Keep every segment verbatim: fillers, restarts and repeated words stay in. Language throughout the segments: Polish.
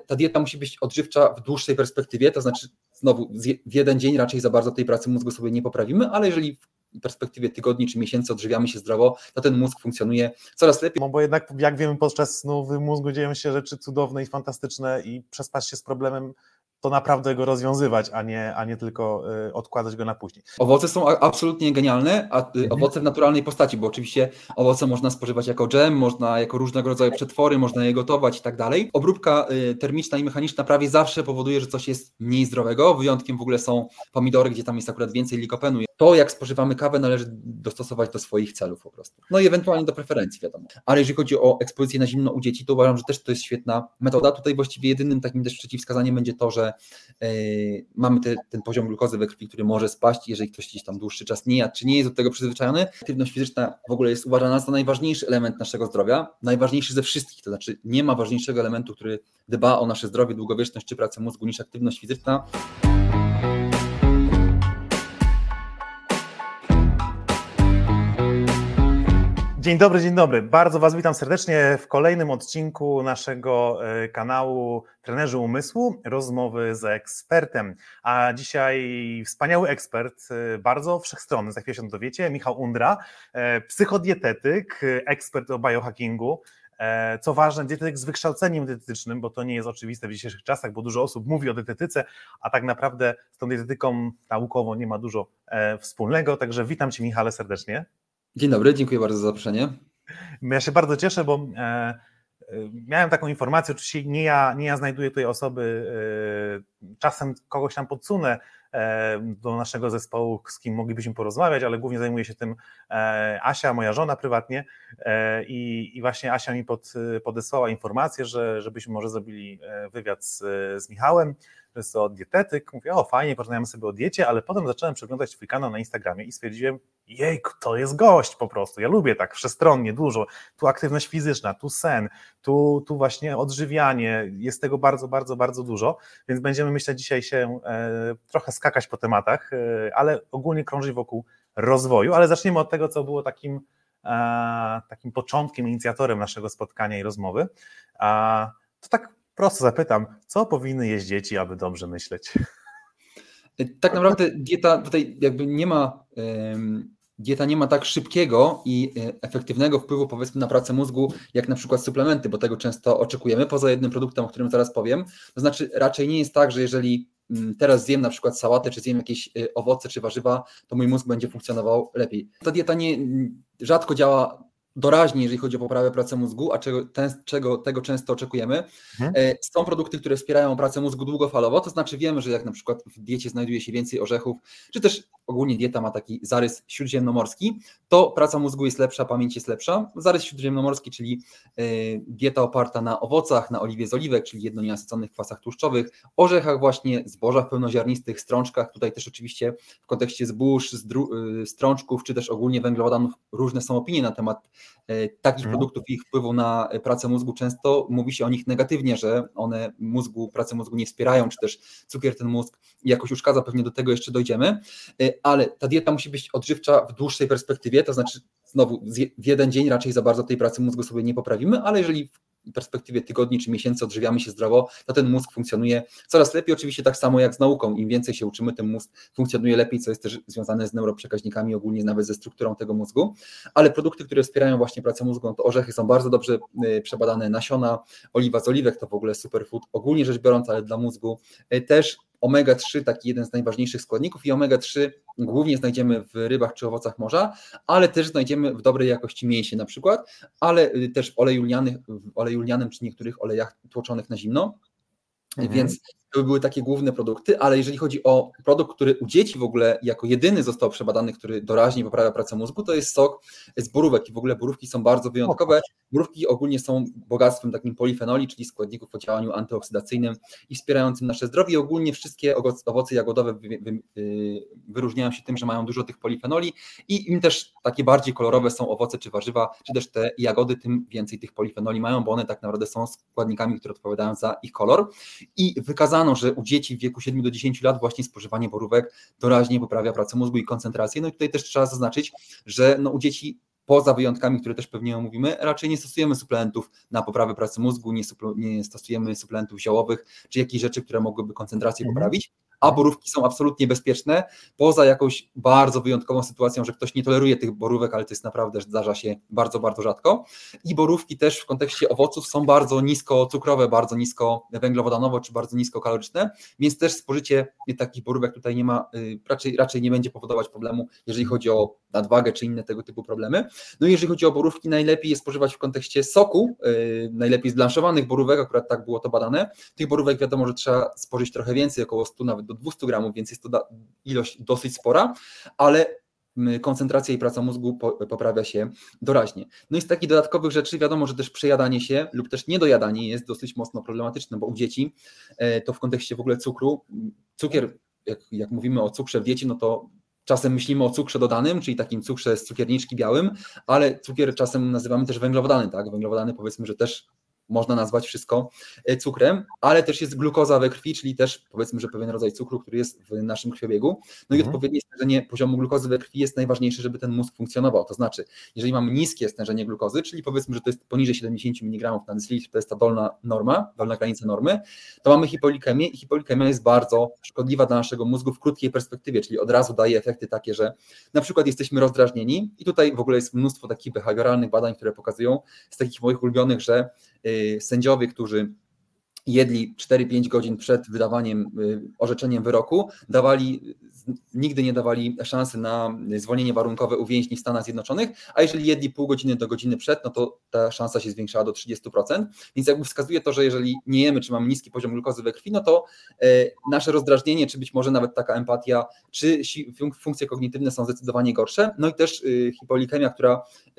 ta dieta musi być odżywcza w dłuższej perspektywie, to znaczy znowu w jeden dzień raczej za bardzo tej pracy mózgu sobie nie poprawimy, ale jeżeli w perspektywie tygodni czy miesięcy odżywiamy się zdrowo, to ten mózg funkcjonuje coraz lepiej. No bo jednak, jak wiemy, podczas snu w mózgu dzieją się rzeczy cudowne i fantastyczne i przespać się z problemem to naprawdę go rozwiązywać, a nie, a nie tylko y, odkładać go na później. Owoce są a, absolutnie genialne, a y, Mhm. owoce w naturalnej postaci, bo oczywiście owoce można spożywać jako dżem, można jako różnego rodzaju przetwory, można je gotować i tak dalej. Obróbka y, termiczna i mechaniczna prawie zawsze powoduje, że coś jest mniej zdrowego. Wyjątkiem w ogóle są pomidory, gdzie tam jest akurat więcej likopenu. To, jak spożywamy kawę, należy dostosować do swoich celów po prostu. No i ewentualnie do preferencji, wiadomo. Ale jeżeli chodzi o ekspozycję na zimno u dzieci, to uważam, że też to jest świetna metoda. Tutaj właściwie jedynym takim też przeciwwskazaniem będzie to, że Yy, mamy te, ten poziom glukozy we krwi, który może spaść, jeżeli ktoś gdzieś tam dłuższy czas nie jadł, czy nie jest do tego przyzwyczajony. Aktywność fizyczna w ogóle jest uważana za najważniejszy element naszego zdrowia, najważniejszy ze wszystkich, to znaczy nie ma ważniejszego elementu, który dba o nasze zdrowie, długowieczność czy pracę mózgu niż aktywność fizyczna. Dzień dobry, dzień dobry. Bardzo Was witam serdecznie w kolejnym odcinku naszego kanału Trenerzy Umysłu, rozmowy z ekspertem. A dzisiaj wspaniały ekspert, bardzo wszechstronny, za chwilę się dowiecie, Michał Undra, psychodietetyk, ekspert o biohackingu. Co ważne, dietetyk z wykształceniem dietetycznym, bo to nie jest oczywiste w dzisiejszych czasach, bo dużo osób mówi o dietetyce, a tak naprawdę z tą dietetyką naukowo nie ma dużo wspólnego. Także witam Cię, Michale, serdecznie. Dzień dobry, dziękuję bardzo za zaproszenie. Ja się bardzo cieszę, bo e, e, miałem taką informację, oczywiście nie ja, nie ja znajduję tutaj osoby, e, czasem kogoś tam podsunę e, do naszego zespołu, z kim moglibyśmy porozmawiać, ale głównie zajmuje się tym e, Asia, moja żona prywatnie e, i, i właśnie Asia mi pod, podesłała informację, że żebyśmy może zrobili wywiad z, z Michałem, że jest to dietetyk. Mówię, o fajnie, porozmawiamy sobie o diecie, ale potem zacząłem przeglądać twój kanał na Instagramie i stwierdziłem, jejku, to jest gość po prostu, ja lubię tak wszechstronnie, dużo, tu aktywność fizyczna, tu sen, tu, tu właśnie odżywianie, jest tego bardzo, bardzo, bardzo dużo, więc będziemy, myślę, dzisiaj się e, trochę skakać po tematach, e, ale ogólnie krążyć wokół rozwoju, ale zaczniemy od tego, co było takim, e, takim początkiem, inicjatorem naszego spotkania i rozmowy. A, to tak prosto zapytam, co powinny jeść dzieci, aby dobrze myśleć? Tak naprawdę dieta tutaj jakby nie ma, dieta nie ma tak szybkiego i efektywnego wpływu, powiedzmy, na pracę mózgu, jak na przykład suplementy, bo tego często oczekujemy, poza jednym produktem, o którym zaraz powiem. To znaczy raczej nie jest tak, że jeżeli teraz zjem na przykład sałatę, czy zjem jakieś owoce, czy warzywa, to mój mózg będzie funkcjonował lepiej. Ta dieta nie, rzadko działa doraźnie, jeżeli chodzi o poprawę pracy mózgu, a czego, ten, czego tego często oczekujemy. Mhm. Są produkty, które wspierają pracę mózgu długofalowo, to znaczy wiemy, że jak na przykład w diecie znajduje się więcej orzechów, czy też ogólnie dieta ma taki zarys śródziemnomorski, to praca mózgu jest lepsza, pamięć jest lepsza. Zarys śródziemnomorski, czyli dieta oparta na owocach, na oliwie z oliwek, czyli jednonienasyconych kwasach tłuszczowych, orzechach właśnie, zbożach pełnoziarnistych, strączkach, tutaj też oczywiście w kontekście zbóż, strączków, czy też ogólnie węglowodanów różne są opinie na temat takich hmm. produktów i ich wpływu na pracę mózgu. Często mówi się o nich negatywnie, że one mózgu, pracę mózgu nie wspierają, czy też cukier ten mózg jakoś uszkadza, pewnie do tego jeszcze dojdziemy, ale ta dieta musi być odżywcza w dłuższej perspektywie, to znaczy znowu w jeden dzień raczej za bardzo tej pracy mózgu sobie nie poprawimy, ale jeżeli w perspektywie tygodni czy miesięcy odżywiamy się zdrowo, to ten mózg funkcjonuje coraz lepiej, oczywiście tak samo jak z nauką, im więcej się uczymy, tym mózg funkcjonuje lepiej, co jest też związane z neuroprzekaźnikami, ogólnie nawet ze strukturą tego mózgu, ale produkty, które wspierają właśnie pracę mózgu, no to orzechy są bardzo dobrze przebadane, nasiona, oliwa z oliwek to w ogóle superfood, ogólnie rzecz biorąc, ale dla mózgu też omega trzy, taki jeden z najważniejszych składników i omega trzy głównie znajdziemy w rybach czy owocach morza, ale też znajdziemy w dobrej jakości mięsie na przykład, ale też w oleju lnianym, w oleju lnianym czy niektórych olejach tłoczonych na zimno, mhm. więc to by były takie główne produkty, ale jeżeli chodzi o produkt, który u dzieci w ogóle jako jedyny został przebadany, który doraźnie poprawia pracę mózgu, to jest sok z borówek i w ogóle borówki są bardzo wyjątkowe. Borówki ogólnie są bogactwem takim polifenoli, czyli składników o działaniu antyoksydacyjnym i wspierającym nasze zdrowie. I ogólnie wszystkie owoce jagodowe wy, wy, wyróżniają się tym, że mają dużo tych polifenoli i im też takie bardziej kolorowe są owoce czy warzywa, czy też te jagody, tym więcej tych polifenoli mają, bo one tak naprawdę są składnikami, które odpowiadają za ich kolor. I wykazano, że u dzieci w wieku siedmiu do dziesięciu lat właśnie spożywanie borówek doraźnie poprawia pracę mózgu i koncentrację. No i tutaj też trzeba zaznaczyć, że no u dzieci poza wyjątkami, które też pewnie omówimy, raczej nie stosujemy suplementów na poprawę pracy mózgu, nie, supl- nie stosujemy suplementów ziołowych, czy jakichś rzeczy, które mogłyby koncentrację Mhm. poprawić, a borówki są absolutnie bezpieczne, poza jakąś bardzo wyjątkową sytuacją, że ktoś nie toleruje tych borówek, ale to jest naprawdę, zdarza się bardzo, bardzo rzadko. I borówki też w kontekście owoców są bardzo nisko cukrowe, bardzo nisko węglowodanowo, czy bardzo nisko kaloryczne, więc też spożycie takich borówek tutaj nie ma, raczej, raczej nie będzie powodować problemu, jeżeli chodzi o nadwagę, czy inne tego typu problemy. No i jeżeli chodzi o borówki, najlepiej je spożywać w kontekście soku, yy, najlepiej zblanszowanych borówek, akurat tak było to badane. Tych borówek wiadomo, że trzeba spożyć trochę więcej, około stu, nawet do dwustu gramów, więc jest to da- ilość dosyć spora, ale koncentracja i praca mózgu poprawia się doraźnie. No i z takich dodatkowych rzeczy wiadomo, że też przejadanie się lub też niedojadanie jest dosyć mocno problematyczne, bo u dzieci to w kontekście w ogóle cukru, cukier, jak, jak mówimy o cukrze w diecie, no to czasem myślimy o cukrze dodanym, czyli takim cukrze z cukierniczki białym, ale cukier czasem nazywamy też węglowodany, tak? Węglowodany powiedzmy, że też można nazwać wszystko cukrem, ale też jest glukoza we krwi, czyli też powiedzmy, że pewien rodzaj cukru, który jest w naszym krwiobiegu. No i mhm. odpowiednie stężenie poziomu glukozy we krwi jest najważniejsze, żeby ten mózg funkcjonował. To znaczy, jeżeli mamy niskie stężenie glukozy, czyli powiedzmy, że to jest poniżej siedemdziesiąt miligramów na decylitr, to jest ta dolna norma, dolna granica normy, to mamy hipoglikemię i hipoglikemia jest bardzo szkodliwa dla naszego mózgu w krótkiej perspektywie, czyli od razu daje efekty takie, że na przykład jesteśmy rozdrażnieni i tutaj w ogóle jest mnóstwo takich behawioralnych badań, które pokazują z takich moich ulubionych, że sędziowie, którzy jedli cztery pięć godzin przed wydawaniem, orzeczeniem wyroku, dawali, nigdy nie dawali szansy na zwolnienie warunkowe u więźniów w Stanach Zjednoczonych, a jeżeli jedli pół godziny do godziny przed, no to ta szansa się zwiększała do trzydziestu procent, więc jakby wskazuje to, że jeżeli nie jemy, czy mamy niski poziom glukozy we krwi, no to nasze rozdrażnienie, czy być może nawet taka empatia, czy funkcje kognitywne są zdecydowanie gorsze, no i też hipoglikemia, która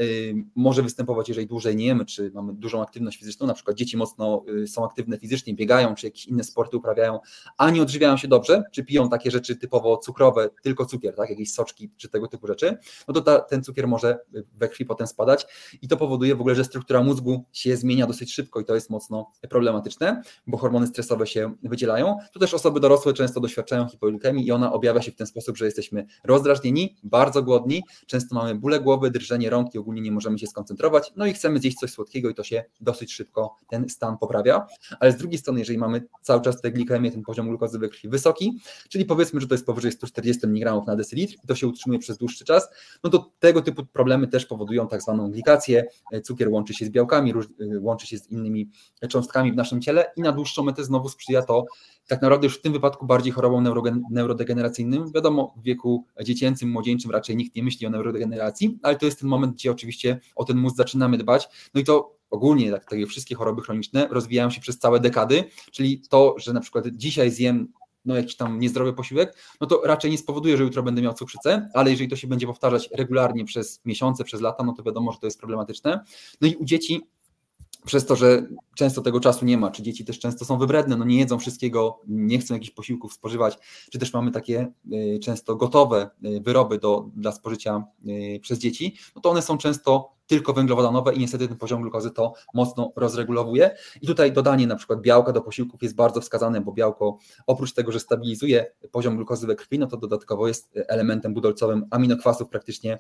może występować, jeżeli dłużej nie jemy, czy mamy dużą aktywność fizyczną, na przykład dzieci mocno są aktywne fizycznie, biegają, czy jakieś inne sporty uprawiają, a nie odżywiają się dobrze, czy piją takie rzeczy typowo cukrowe, tylko cukier, tak, jakieś soczki, czy tego typu rzeczy, no to ta, ten cukier może we krwi potem spadać i to powoduje w ogóle, że struktura mózgu się zmienia dosyć szybko i to jest mocno problematyczne, bo hormony stresowe się wydzielają. Tu też osoby dorosłe często doświadczają hipoglikemii i ona objawia się w ten sposób, że jesteśmy rozdrażnieni, bardzo głodni, często mamy bóle głowy, drżenie rąk i ogólnie nie możemy się skoncentrować, no i chcemy zjeść coś słodkiego i to się dosyć szybko ten stan poprawia, ale z drugiej strony, jeżeli mamy cały czas tę glikemię, ten poziom glukozy we krwi wysoki, czyli powiedzmy, że to jest powyżej stu czterdziestu miligramów na decylitr i to się utrzymuje przez dłuższy czas, no to tego typu problemy też powodują tak zwaną glikację, cukier łączy się z białkami, łączy się z innymi cząstkami w naszym ciele i na dłuższą metę znowu sprzyja to tak naprawdę już w tym wypadku bardziej chorobom neurogen- neurodegeneracyjnym. Wiadomo, w wieku dziecięcym, młodzieńczym raczej nikt nie myśli o neurodegeneracji, ale to jest ten moment, gdzie oczywiście o ten mózg zaczynamy dbać, no i to ogólnie tak, takie wszystkie choroby chroniczne rozwijają się przez całe dekady, czyli to, że na przykład dzisiaj zjem no jakiś tam niezdrowy posiłek, no to raczej nie spowoduje, że jutro będę miał cukrzycę, ale jeżeli to się będzie powtarzać regularnie przez miesiące, przez lata, no to wiadomo, że to jest problematyczne. No i u dzieci przez to, że często tego czasu nie ma, czy dzieci też często są wybredne, no nie jedzą wszystkiego, nie chcą jakichś posiłków spożywać, czy też mamy takie y, często gotowe y, wyroby do, dla spożycia y, przez dzieci, no to one są często tylko węglowodanowe i niestety ten poziom glukozy to mocno rozregulowuje. I tutaj dodanie na przykład białka do posiłków jest bardzo wskazane, bo białko oprócz tego, że stabilizuje poziom glukozy we krwi, no to dodatkowo jest elementem budulcowym aminokwasów praktycznie,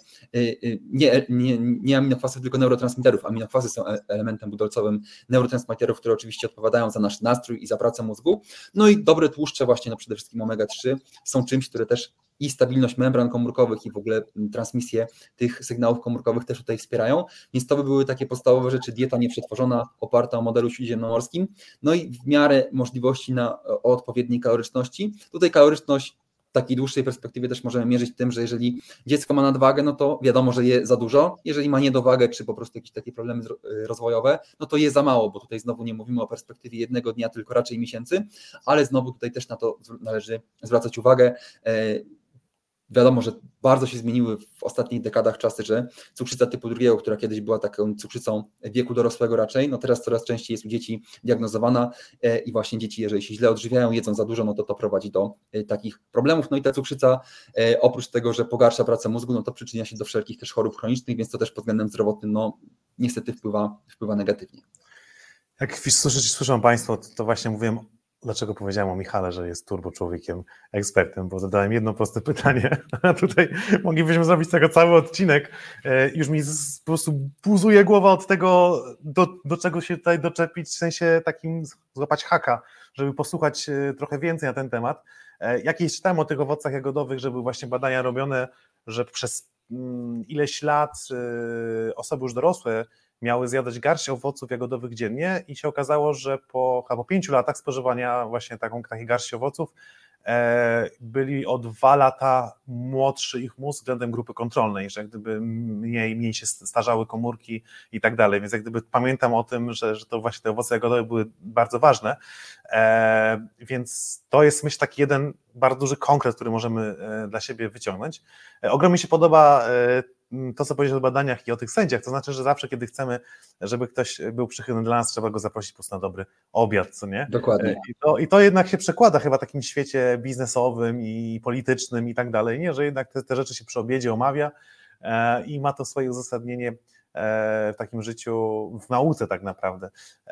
nie, nie, nie aminokwasów, tylko neurotransmiterów. Aminokwasy są elementem budulcowym neurotransmiterów, które oczywiście odpowiadają za nasz nastrój i za pracę mózgu. No i dobre tłuszcze, właśnie no przede wszystkim omega trzy, są czymś, które też i stabilność membran komórkowych i w ogóle transmisję tych sygnałów komórkowych też tutaj wspierają, więc to by były takie podstawowe rzeczy, dieta nieprzetworzona, oparta o modelu śródziemnomorskim, no i w miarę możliwości na, o odpowiedniej kaloryczności. Tutaj kaloryczność w takiej dłuższej perspektywie też możemy mierzyć tym, że jeżeli dziecko ma nadwagę, no to wiadomo, że je za dużo, jeżeli ma niedowagę, czy po prostu jakieś takie problemy rozwojowe, no to je za mało, bo tutaj znowu nie mówimy o perspektywie jednego dnia, tylko raczej miesięcy, ale znowu tutaj też na to należy zwracać uwagę. Wiadomo, że bardzo się zmieniły w ostatnich dekadach czasy, że cukrzyca typu drugiego, która kiedyś była taką cukrzycą wieku dorosłego raczej, no teraz coraz częściej jest u dzieci diagnozowana i właśnie dzieci, jeżeli się źle odżywiają, jedzą za dużo, no to to prowadzi do takich problemów. No i ta cukrzyca oprócz tego, że pogarsza pracę mózgu, no to przyczynia się do wszelkich też chorób chronicznych, więc to też pod względem zdrowotnym no niestety wpływa, wpływa negatywnie. Jak słyszę, słyszą Państwo, to, to właśnie mówiłem, dlaczego powiedziałem o Michale, że jest turbo człowiekiem, ekspertem, bo zadałem jedno proste pytanie, a tutaj moglibyśmy zrobić z tego cały odcinek. Już mi z, po prostu puzuje głowa od tego, do, do czego się tutaj doczepić, w sensie takim złapać haka, żeby posłuchać trochę więcej na ten temat. Jakieś czytałem o tych owocach jagodowych, że były właśnie badania robione, że przez ileś lat osoby już dorosłe miały zjadać garść owoców jagodowych dziennie i się okazało, że po, po pięciu latach spożywania właśnie taką, takiej garści owoców e, byli o dwa lata młodszy ich mózg względem grupy kontrolnej, że jak gdyby mniej, mniej się starzały komórki i tak dalej, więc jak gdyby pamiętam o tym, że, że to właśnie te owoce jagodowe były bardzo ważne, e, więc to jest myślę taki jeden bardzo duży konkret, który możemy e, dla siebie wyciągnąć. E, ogromnie mi się podoba e, to, co powiedziałeś o badaniach i o tych sędziach, to znaczy, że zawsze, kiedy chcemy, żeby ktoś był przychylny dla nas, trzeba go zaprosić po prostu na dobry obiad, co nie? Dokładnie. I to, i to jednak się przekłada chyba w takim świecie biznesowym i politycznym i tak dalej, nie? Że jednak te, te rzeczy się przy obiedzie omawia e, i ma to swoje uzasadnienie e, w takim życiu, w nauce tak naprawdę.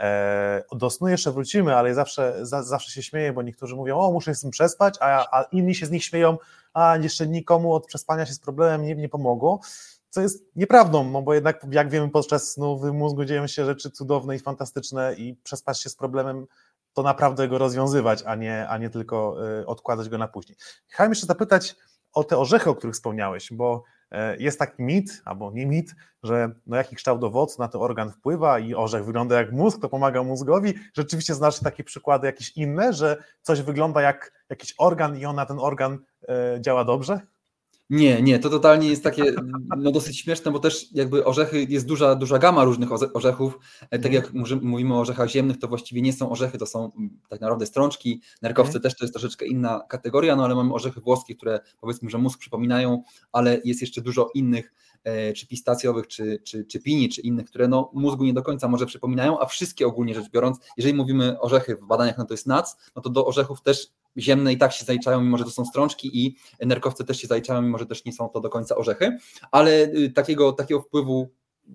E, do snu jeszcze wrócimy, ale zawsze, za, zawsze się śmieję, bo niektórzy mówią, o muszę się z tym przespać, a, a inni się z nich śmieją, a jeszcze nikomu od przespania się z problemem nie, nie pomogło, co jest nieprawdą, no bo jednak jak wiemy podczas snu w mózgu dzieją się rzeczy cudowne i fantastyczne i przespać się z problemem to naprawdę go rozwiązywać, a nie, a nie tylko y, odkładać go na później. Chciałem jeszcze zapytać o te orzechy, o których wspomniałeś, bo y, jest taki mit, albo nie mit, że no jaki kształt owocu na ten organ wpływa i orzech wygląda jak mózg, to pomaga mózgowi. Rzeczywiście znasz takie przykłady jakieś inne, że coś wygląda jak jakiś organ i on na ten organ y, działa dobrze? Nie, nie, to totalnie jest takie no dosyć śmieszne, bo też jakby orzechy, jest duża, duża gama różnych orzechów, tak jak mówimy o orzechach ziemnych, to właściwie nie są orzechy, to są tak naprawdę strączki, nerkowce też to jest troszeczkę inna kategoria, no ale mamy orzechy włoskie, które powiedzmy, że mózg przypominają, ale jest jeszcze dużo innych, czy pistacjowych, czy, czy, czy pini, czy innych, które no mózgu nie do końca może przypominają, a wszystkie ogólnie rzecz biorąc, jeżeli mówimy orzechy w badaniach, no to jest nac, no to do orzechów też ziemne i tak się zaliczają, mimo że to są strączki i nerkowce też się zaliczają, mimo że też nie są to do końca orzechy, ale takiego, takiego wpływu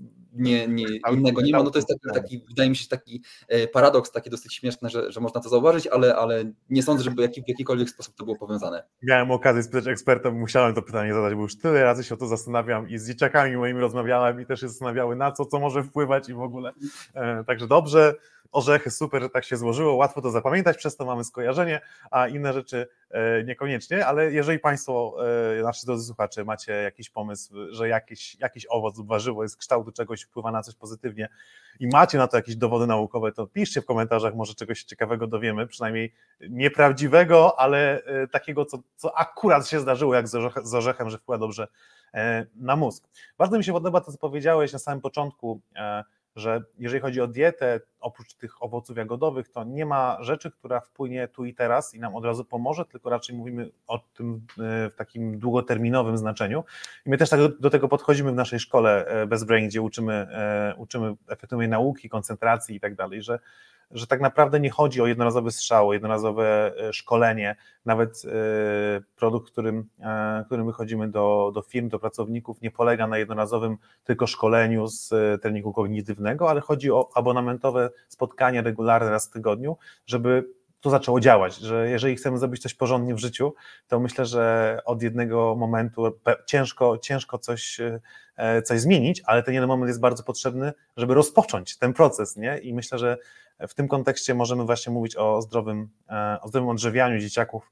nie, nie, innego nie ma, no to jest taki, taki, wydaje mi się, taki paradoks, taki dosyć śmieszny, że, że można to zauważyć, ale, ale nie sądzę, żeby jaki, w jakikolwiek sposób to było powiązane. Miałem okazję spytać eksperta, musiałem to pytanie zadać, bo już tyle razy się o to zastanawiam i z dzieciakami moimi rozmawiałem i też się zastanawiały na co, co może wpływać i w ogóle. E, także dobrze, orzechy super, że tak się złożyło, łatwo to zapamiętać, przez to mamy skojarzenie, a inne rzeczy e, niekoniecznie, ale jeżeli Państwo, e, nasi drodzy słuchacze, macie jakiś pomysł, że jakiś, jakiś owoc lub warzywo jest z kształtu czegoś, wpływa na coś pozytywnie i macie na to jakieś dowody naukowe, to piszcie w komentarzach, może czegoś ciekawego dowiemy, przynajmniej nieprawdziwego, ale e, takiego, co, co akurat się zdarzyło, jak z, orzech, z orzechem, że wpływa dobrze e, na mózg. Bardzo mi się podoba to, co powiedziałeś na samym początku, e, że jeżeli chodzi o dietę, oprócz tych owoców jagodowych, to nie ma rzeczy, która wpłynie tu i teraz i nam od razu pomoże, tylko raczej mówimy o tym w takim długoterminowym znaczeniu. I my też tak do, do tego podchodzimy w naszej szkole Best Brain, gdzie uczymy, uczymy efektywnej nauki, koncentracji i tak dalej, że że tak naprawdę nie chodzi o jednorazowy strzał, jednorazowe szkolenie, nawet produkt, którym, którym wychodzimy do, do firm, do pracowników, nie polega na jednorazowym tylko szkoleniu z treningu kognitywnego, ale chodzi o abonamentowe spotkanie regularne raz w tygodniu, żeby to zaczęło działać, że jeżeli chcemy zrobić coś porządnie w życiu, to myślę, że od jednego momentu ciężko, ciężko coś, coś zmienić, ale ten jeden moment jest bardzo potrzebny, żeby rozpocząć ten proces, nie? I myślę, że w tym kontekście możemy właśnie mówić o zdrowym, o zdrowym odżywianiu dzieciaków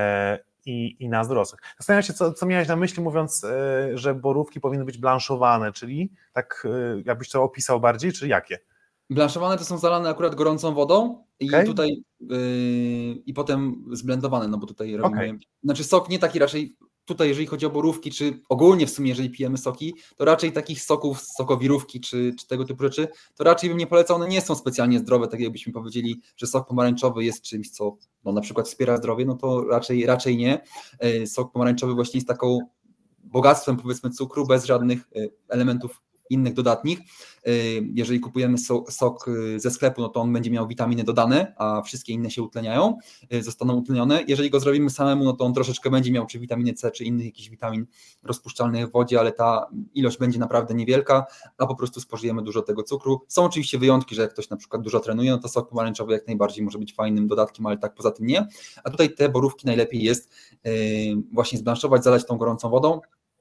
i, i nas dorosłych. Zastanawiam się, co, co miałeś na myśli, mówiąc, że borówki powinny być blanszowane, czyli tak jakbyś to opisał bardziej, czy jakie? Blanszowane to są zalane akurat gorącą wodą i Okay. tutaj yy, i potem zblendowane, no bo tutaj robimy, Okay. znaczy sok nie taki raczej, tutaj jeżeli chodzi o borówki, czy ogólnie w sumie jeżeli pijemy soki, to raczej takich soków, sokowirówki, czy, czy tego typu rzeczy, to raczej bym nie polecał, one nie są specjalnie zdrowe, tak jakbyśmy powiedzieli, że sok pomarańczowy jest czymś, co no, na przykład wspiera zdrowie, no to raczej, raczej nie. Yy, sok pomarańczowy właśnie jest taką bogactwem, powiedzmy, cukru, bez żadnych yy, elementów innych dodatnich. Jeżeli kupujemy sok ze sklepu, no to on będzie miał witaminy dodane, a wszystkie inne się utleniają, zostaną utlenione. Jeżeli go zrobimy samemu, no to on troszeczkę będzie miał czy witaminy C, czy innych jakichś witamin rozpuszczalnych w wodzie, ale ta ilość będzie naprawdę niewielka, a po prostu spożyjemy dużo tego cukru. Są oczywiście wyjątki, że jak ktoś na przykład dużo trenuje, no to sok pomarańczowy jak najbardziej może być fajnym dodatkiem, ale tak poza tym nie. A tutaj te borówki najlepiej jest właśnie zblanszować, zalać tą gorącą wodą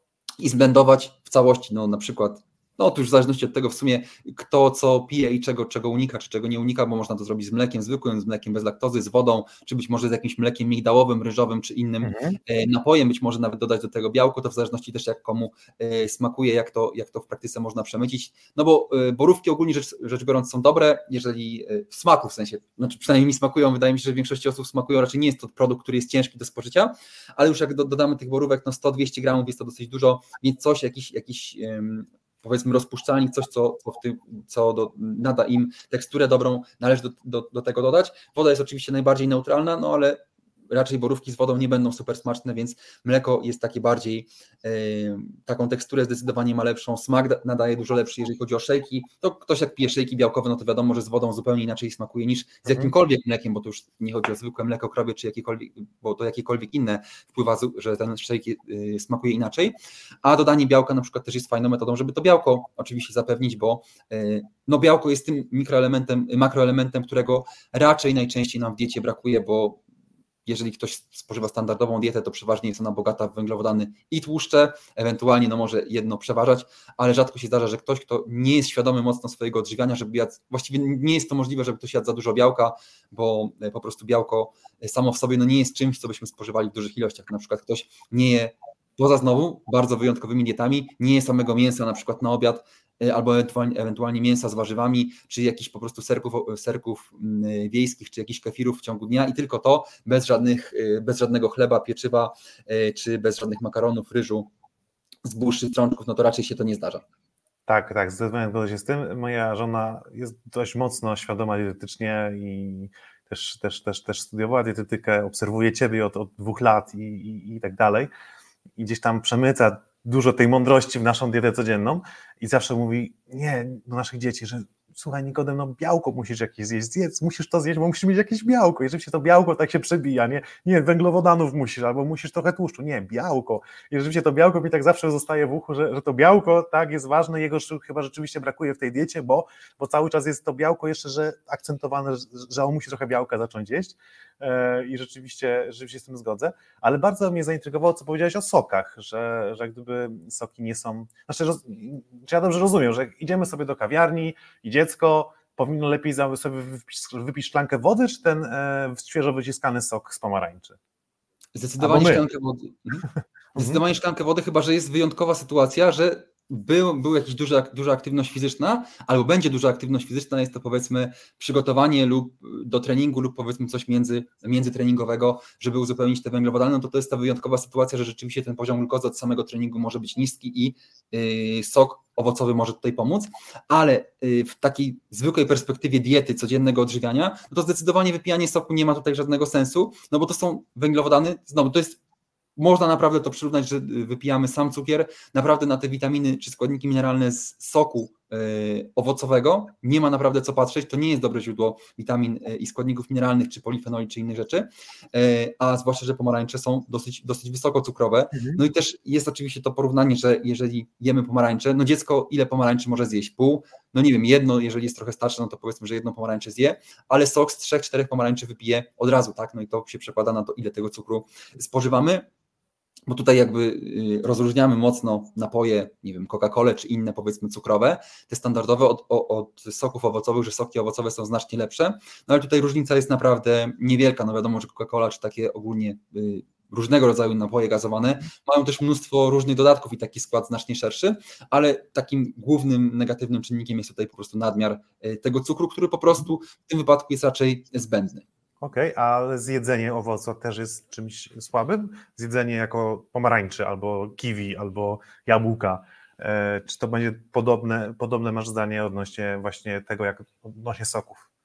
i zblendować w całości, no na przykład, no to już w zależności od tego w sumie kto co pije i czego, czego unika, czy czego nie unika, bo można to zrobić z mlekiem zwykłym, z mlekiem bez laktozy, z wodą, czy być może z jakimś mlekiem migdałowym, ryżowym, czy innym mhm. napojem, być może nawet dodać do tego białko, to w zależności też jak komu smakuje, jak to, jak to w praktyce można przemycić, no bo borówki ogólnie rzecz, rzecz biorąc są dobre, jeżeli w smaku w sensie, znaczy przynajmniej mi smakują, wydaje mi się, że większości osób smakują, raczej nie jest to produkt, który jest ciężki do spożycia, ale już jak do, dodamy tych borówek, no sto dwieście gramów jest to dosyć dużo, więc coś, jakiś, jakiś um, powiedzmy rozpuszczalnik, coś, co, co, w tym, co do, nada im teksturę dobrą, należy do, do, do tego dodać. Woda jest oczywiście najbardziej neutralna, no ale raczej borówki z wodą nie będą super smaczne, więc mleko jest takie bardziej, yy, taką teksturę zdecydowanie ma lepszą, smak nadaje dużo lepszy, jeżeli chodzi o szejki, to ktoś jak pije szejki białkowe, no to wiadomo, że z wodą zupełnie inaczej smakuje niż z jakimkolwiek mlekiem, bo to już nie chodzi o zwykłe mleko krowie, czy jakiekolwiek, bo to jakiekolwiek inne wpływa, że ten szejk yy, smakuje inaczej, a dodanie białka na przykład też jest fajną metodą, żeby to białko oczywiście zapewnić, bo yy, no białko jest tym mikroelementem, makroelementem, którego raczej najczęściej nam w diecie brakuje, bo jeżeli ktoś spożywa standardową dietę, to przeważnie jest ona bogata w węglowodany i tłuszcze, ewentualnie no może jedno przeważać, ale rzadko się zdarza, że ktoś, kto nie jest świadomy mocno swojego odżywiania, żeby jadł, właściwie nie jest to możliwe, żeby ktoś jadł za dużo białka, bo po prostu białko samo w sobie no nie jest czymś, co byśmy spożywali w dużych ilościach. Na przykład ktoś nie je, poza znowu bardzo wyjątkowymi dietami, nie je samego mięsa na przykład na obiad, albo ewentualnie, ewentualnie mięsa z warzywami, czy jakichś po prostu serków, serków wiejskich, czy jakichś kefirów w ciągu dnia i tylko to, bez żadnych, bez żadnego chleba, pieczywa, czy bez żadnych makaronów, ryżu, zbóż czy trączków, no to raczej się to nie zdarza. Tak, tak, zdecydowanie zgodzę się z tym. Moja żona jest dość mocno świadoma dietetycznie i też, też, też, też studiowała dietetykę, obserwuje Ciebie od, od dwóch lat i, i, i tak dalej. I gdzieś tam przemyca dużo tej mądrości w naszą dietę codzienną i zawsze mówi, nie, do naszych dzieci, że słuchaj Nikodem, no białko musisz jakieś zjeść, zjedz, musisz to zjeść, bo musisz mieć jakieś białko i rzeczywiście to białko tak się przebija, nie, nie, węglowodanów musisz, albo musisz trochę tłuszczu, nie, białko i rzeczywiście to białko mi tak zawsze zostaje w uchu, że, że to białko tak jest ważne, jego chyba rzeczywiście brakuje w tej diecie, bo, bo cały czas jest to białko jeszcze, że akcentowane, że, że on musi trochę białka zacząć jeść yy, i rzeczywiście, rzeczywiście z tym zgodzę, ale bardzo mnie zaintrygowało, co powiedziałeś o sokach, że, że gdyby soki nie są, znaczy, roz, czy ja dobrze rozumiem, że idziemy sobie do kawiarni i dziecko powinno lepiej sobie wypić, wypić szklankę wody, czy ten e, świeżo wyciskany sok z pomarańczy? Zdecydowanie szklankę wody. Zdecydowanie szklankę wody, chyba że jest wyjątkowa sytuacja, że był, był jakaś duża, duża aktywność fizyczna, albo będzie duża aktywność fizyczna, jest to powiedzmy przygotowanie lub do treningu lub powiedzmy coś między, międzytreningowego, żeby uzupełnić te węglowodany, no to to jest ta wyjątkowa sytuacja, że rzeczywiście ten poziom glukozy od samego treningu może być niski i yy, sok owocowy może tutaj pomóc, ale yy, w takiej zwykłej perspektywie diety, codziennego odżywiania, no to zdecydowanie wypijanie soku nie ma tutaj żadnego sensu, no bo to są węglowodany, znowu to jest można naprawdę to przyrównać, że wypijamy sam cukier, naprawdę na te witaminy czy składniki mineralne z soku yy, owocowego nie ma naprawdę co patrzeć, to nie jest dobre źródło witamin yy, i składników mineralnych, czy polifenoli, czy innych rzeczy, yy, a zwłaszcza, że pomarańcze są dosyć, dosyć wysoko cukrowe. Mhm. No i też jest oczywiście to porównanie, że jeżeli jemy pomarańcze, no dziecko ile pomarańczy może zjeść? Pół? No nie wiem, jedno, jeżeli jest trochę starsze, no to powiedzmy, że jedno pomarańcze zje, ale sok z trzech, czterech pomarańczy wypije od razu, tak? No i to się przekłada na to, ile tego cukru spożywamy. Bo tutaj jakby rozróżniamy mocno napoje, nie wiem, Coca-Colę czy inne powiedzmy cukrowe, te standardowe od, od soków owocowych, że soki owocowe są znacznie lepsze, no ale tutaj różnica jest naprawdę niewielka, no wiadomo, że Coca-Cola czy takie ogólnie y, różnego rodzaju napoje gazowane mają też mnóstwo różnych dodatków i taki skład znacznie szerszy, ale takim głównym negatywnym czynnikiem jest tutaj po prostu nadmiar y, tego cukru, który po prostu w tym wypadku jest raczej zbędny. Okej, okay, ale zjedzenie owocu też jest czymś słabym? Zjedzenie jako pomarańczy, albo kiwi, albo jabłka. E, czy to będzie podobne, podobne masz zdanie odnośnie właśnie tego, jak odnośnie soków?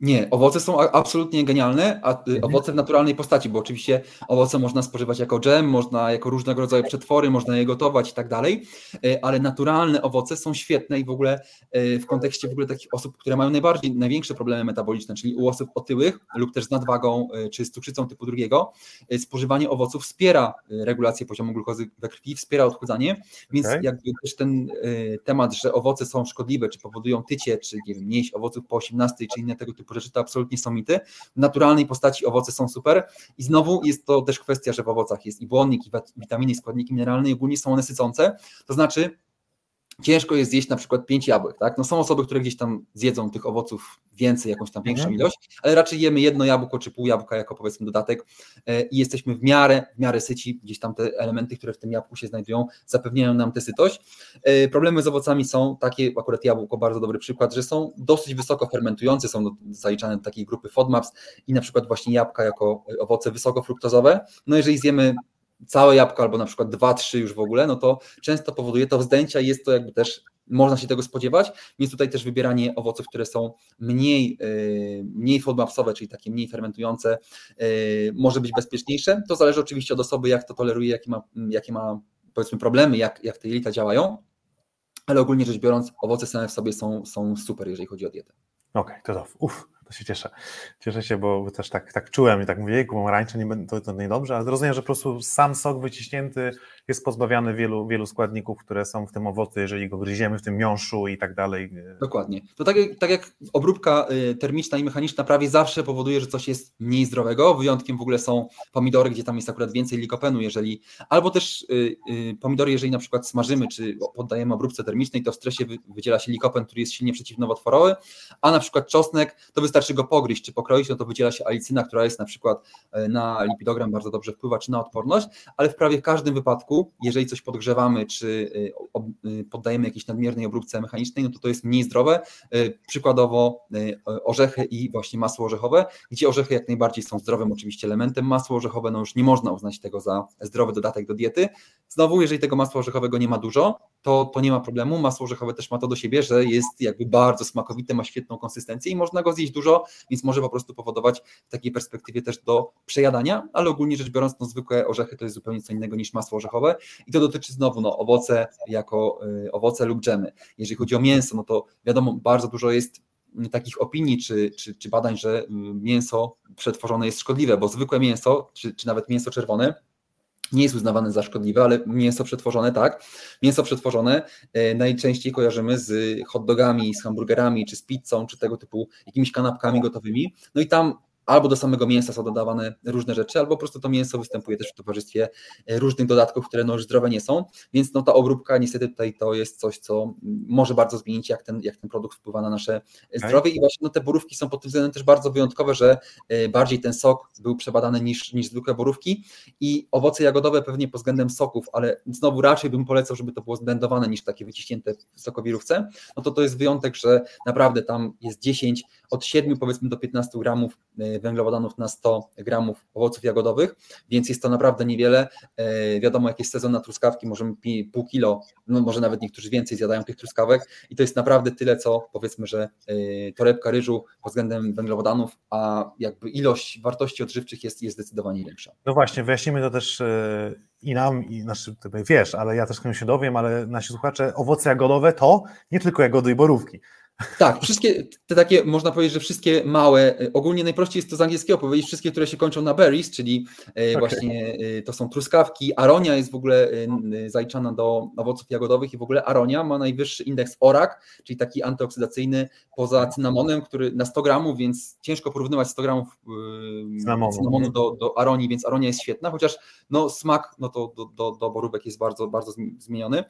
Nie, owoce są a- absolutnie genialne, a y, Mhm. owoce w naturalnej postaci, bo oczywiście owoce można spożywać jako dżem, można jako różnego rodzaju przetwory, można je gotować i tak dalej, y, ale naturalne owoce są świetne i w ogóle y, w kontekście w ogóle takich osób, które mają najbardziej, największe problemy metaboliczne, czyli u osób otyłych lub też z nadwagą y, czy z cukrzycą typu drugiego, y, spożywanie owoców wspiera y, regulację poziomu glukozy we krwi, wspiera odchudzanie, więc Okej. jakby też ten y, temat, że owoce są szkodliwe, czy powodują tycie, czy nie wiem, nie jeść owoców po osiemnastej, czy inne tego typu rzeczy, to absolutnie są mity. W naturalnej postaci owoce są super i znowu jest to też kwestia, że w owocach jest i błonnik, i witaminy, i składniki mineralne, i ogólnie są one sycące, to znaczy ciężko jest zjeść na przykład pięć jabłek, tak? No są osoby, które gdzieś tam zjedzą tych owoców więcej, jakąś tam większą Mhm. ilość, ale raczej jemy jedno jabłko czy pół jabłka jako powiedzmy dodatek e, i jesteśmy w miarę, w miarę syci, gdzieś tam te elementy, które w tym jabłku się znajdują, zapewniają nam tę sytość. E, Problemy z owocami są takie, akurat jabłko bardzo dobry przykład, że są dosyć wysoko fermentujące, są do- zaliczane do takiej grupy FODMAPs i na przykład właśnie jabłka jako owoce wysokofruktozowe, no jeżeli zjemy całe jabłko albo na przykład dwa, trzy już w ogóle, no to często powoduje to wzdęcia i jest to jakby też, można się tego spodziewać, więc tutaj też wybieranie owoców, które są mniej, yy, mniej FODMAPsowe, czyli takie mniej fermentujące, yy, może być bezpieczniejsze. To zależy oczywiście od osoby, jak to toleruje, jakie ma, jakie ma powiedzmy problemy, jak, jak te jelita działają, ale ogólnie rzecz biorąc, owoce same w sobie są, są super, jeżeli chodzi o dietę. Okej, to dobrze. Uff, to się cieszę. Cieszę się, bo też tak, tak czułem i tak mówię, jejku, pomarańcze, nie, będę- to, to niedobrze, ale rozumiem, że po prostu sam sok wyciśnięty jest pozbawiany wielu, wielu składników, które są w tym owocu, jeżeli go gryziemy w tym miąższu i tak dalej. Dokładnie. To tak, jak- tak jak obróbka y, termiczna i mechaniczna prawie zawsze powoduje, że coś jest mniej zdrowego. Wyjątkiem w ogóle są pomidory, gdzie tam jest akurat więcej likopenu, jeżeli, albo też y, y, pomidory, jeżeli na przykład smażymy, czy poddajemy obróbce termicznej, to w stresie wy, wydziela się likopen, który jest silnie przeciwnowotworowy, a na przykład czosnek, to wystarczy go pogryźć czy pokroić, no to wydziela się alicyna, która jest na przykład y, na lipidogram bardzo dobrze wpływa, czy na odporność, ale w prawie każdym wypadku, jeżeli coś podgrzewamy, czy y, ob, y, poddajemy jakiejś nadmiernej obróbce mechanicznej, no to to jest mniej zdrowe. Przykładowo orzechy i właśnie masło orzechowe, gdzie orzechy jak najbardziej są zdrowym oczywiście elementem, masło orzechowe no już nie można uznać tego za zdrowy dodatek do diety. Znowu, jeżeli tego masła orzechowego nie ma dużo, to, to nie ma problemu. Masło orzechowe też ma to do siebie, że jest jakby bardzo smakowite, ma świetną konsystencję i można go zjeść dużo, więc może po prostu powodować w takiej perspektywie też do przejadania, ale ogólnie rzecz biorąc, no zwykłe orzechy to jest zupełnie co innego niż masło orzechowe i to dotyczy znowu no, owoce jako y, owoce lub dżemy. Jeżeli chodzi o mięso, no to wiadomo, bardzo dużo jest takich opinii czy, czy, czy badań, że mięso przetworzone jest szkodliwe, bo zwykłe mięso, czy, czy nawet mięso czerwone, nie jest uznawane za szkodliwe, ale mięso przetworzone tak. Mięso przetworzone e, najczęściej kojarzymy z hot dogami, z hamburgerami, czy z pizzą, czy tego typu jakimiś kanapkami gotowymi. No i tam albo do samego mięsa są dodawane różne rzeczy, albo po prostu to mięso występuje też w towarzystwie różnych dodatków, które no już zdrowe nie są, więc no ta obróbka niestety tutaj to jest coś, co może bardzo zmienić, jak ten, jak ten produkt wpływa na nasze zdrowie i właśnie no te borówki są pod tym względem też bardzo wyjątkowe, że bardziej ten sok był przebadany niż, niż zwykłe borówki i owoce jagodowe pewnie pod względem soków, ale znowu raczej bym polecał, żeby to było zblendowane niż takie wyciśnięte w sokowirówce, no to to jest wyjątek, że naprawdę tam jest dziesięć, od siedmiu powiedzmy do piętnastu gramów węglowodanów na sto gramów owoców jagodowych, więc jest to naprawdę niewiele. E, wiadomo, jak jest sezon na truskawki, możemy pół kilo, no może nawet niektórzy więcej zjadają tych truskawek i to jest naprawdę tyle, co powiedzmy, że e, torebka ryżu pod względem węglowodanów, a jakby ilość wartości odżywczych jest, jest zdecydowanie większa. No właśnie, wyjaśnimy to też e, i nam, i znaczy, ty wiesz, ale ja też się dowiem, ale nasi słuchacze, owoce jagodowe to nie tylko jagody i borówki. Tak, wszystkie te takie, można powiedzieć, że wszystkie małe, ogólnie najprościej jest to z angielskiego powiedzieć, wszystkie, które się kończą na berries, czyli okay. właśnie to są truskawki, aronia jest w ogóle zaliczana do owoców jagodowych i w ogóle aronia ma najwyższy indeks O R A C, czyli taki antyoksydacyjny poza cynamonem, który na sto gramów, więc ciężko porównywać sto gramów cynamonu, cynamonu do, do aronii, więc aronia jest świetna, chociaż no smak no to do, do, do borówek jest bardzo, bardzo zmieniony.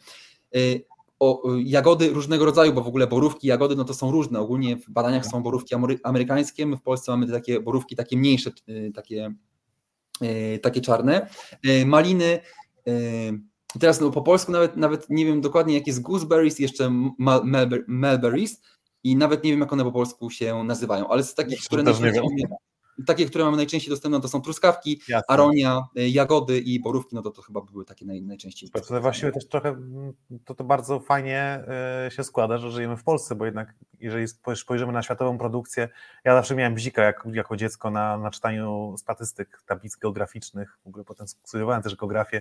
O jagody różnego rodzaju, bo w ogóle borówki, jagody, no to są różne. Ogólnie w badaniach są borówki amerykańskie, my w Polsce mamy takie borówki takie mniejsze, takie, takie czarne. Maliny, teraz no po polsku nawet, nawet nie wiem dokładnie jak jest gooseberries, jeszcze mulberries i nawet nie wiem jak one po polsku się nazywają, ale z takich, które najczęściej takie, które mamy najczęściej dostępne, to są truskawki, Jasne. aronia, jagody i borówki, no to to chyba były takie naj, najczęściej. To właściwie też trochę, to, to bardzo fajnie się składa, że żyjemy w Polsce, bo jednak jeżeli spojrzymy na światową produkcję, ja zawsze miałem bzika jak, jako dziecko na, na czytaniu statystyk, tablic geograficznych, w ogóle potem studiowałem też geografię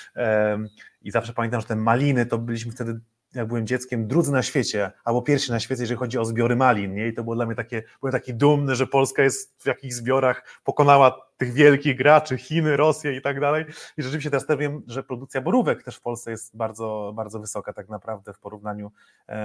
um, i zawsze pamiętam, że te maliny to byliśmy wtedy, jak byłem dzieckiem, drudzy na świecie, albo pierwsi na świecie, jeżeli chodzi o zbiory malin, nie? I to było dla mnie takie, byłem taki dumny, że Polska jest w jakichś zbiorach, pokonała tych wielkich graczy, Chiny, Rosję i tak dalej. I rzeczywiście teraz też wiem, że produkcja borówek też w Polsce jest bardzo, bardzo wysoka tak naprawdę w porównaniu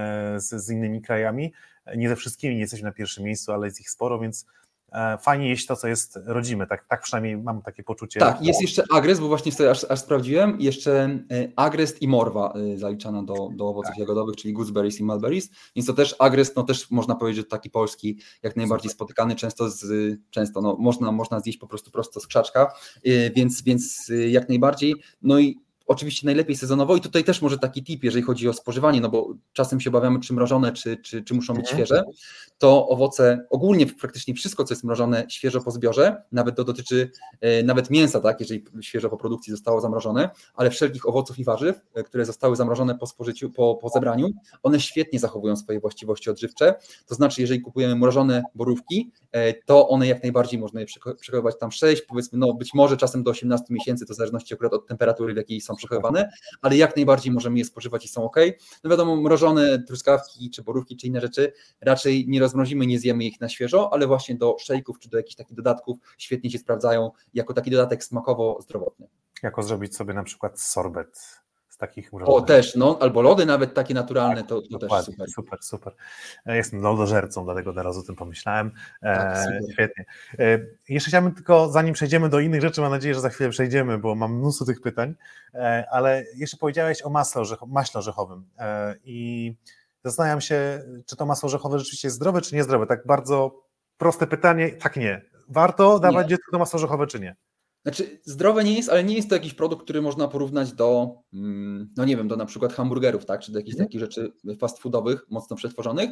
z, z innymi krajami. Nie ze wszystkimi nie jesteśmy na pierwszym miejscu, ale jest ich sporo, więc fajnie jeść to, co jest rodzime, tak, tak przynajmniej mam takie poczucie. Tak, jest jeszcze agrest, bo właśnie sobie aż, aż sprawdziłem, jeszcze agrest i morwa zaliczana do, do owoców tak. jagodowych, czyli gooseberries i mulberries, więc to też agrest, no też można powiedzieć, że taki polski, jak najbardziej Super. spotykany, często, z, często no, można, można zjeść po prostu prosto z krzaczka, więc, więc jak najbardziej, no i oczywiście najlepiej sezonowo i tutaj też może taki tip, jeżeli chodzi o spożywanie, no bo czasem się obawiamy, czy mrożone, czy, czy, czy muszą być świeże, to owoce, ogólnie praktycznie wszystko, co jest mrożone świeżo po zbiorze, nawet to dotyczy e, nawet mięsa, tak, jeżeli świeżo po produkcji zostało zamrożone, ale wszelkich owoców i warzyw, e, które zostały zamrożone po spożyciu, po, po zebraniu, one świetnie zachowują swoje właściwości odżywcze, to znaczy jeżeli kupujemy mrożone borówki, e, to one jak najbardziej można je przechowywać tam sześć, powiedzmy, no być może czasem do osiemnastu miesięcy, to w zależności akurat od temperatury, w jakiej są przechowywane, ale jak najbardziej możemy je spożywać i są ok. No wiadomo, mrożone truskawki, czy borówki, czy inne rzeczy raczej nie rozmrozimy, nie zjemy ich na świeżo, ale właśnie do szejków, czy do jakichś takich dodatków świetnie się sprawdzają jako taki dodatek smakowo-zdrowotny. Jako zrobić sobie na przykład sorbet z takich mrożonych. O, też, no, albo lody nawet takie naturalne, tak, to, to też super. Super, super. Jestem lodożercą, dlatego od razu o tym pomyślałem. Tak, e, świetnie. E, jeszcze chciałbym tylko, zanim przejdziemy do innych rzeczy, mam nadzieję, że za chwilę przejdziemy, bo mam mnóstwo tych pytań, e, ale jeszcze powiedziałeś o maśle, orzech- maśle orzechowym e, i zastanawiam się, czy to masło orzechowe rzeczywiście jest zdrowe, czy niezdrowe. Tak bardzo proste pytanie, tak nie. Warto dawać nie. dziecku to masło orzechowe, czy nie? Znaczy, zdrowe nie jest, ale nie jest to jakiś produkt, który można porównać do, no nie wiem, do na przykład hamburgerów, tak, czy do jakichś mm. takich rzeczy fast foodowych, mocno przetworzonych.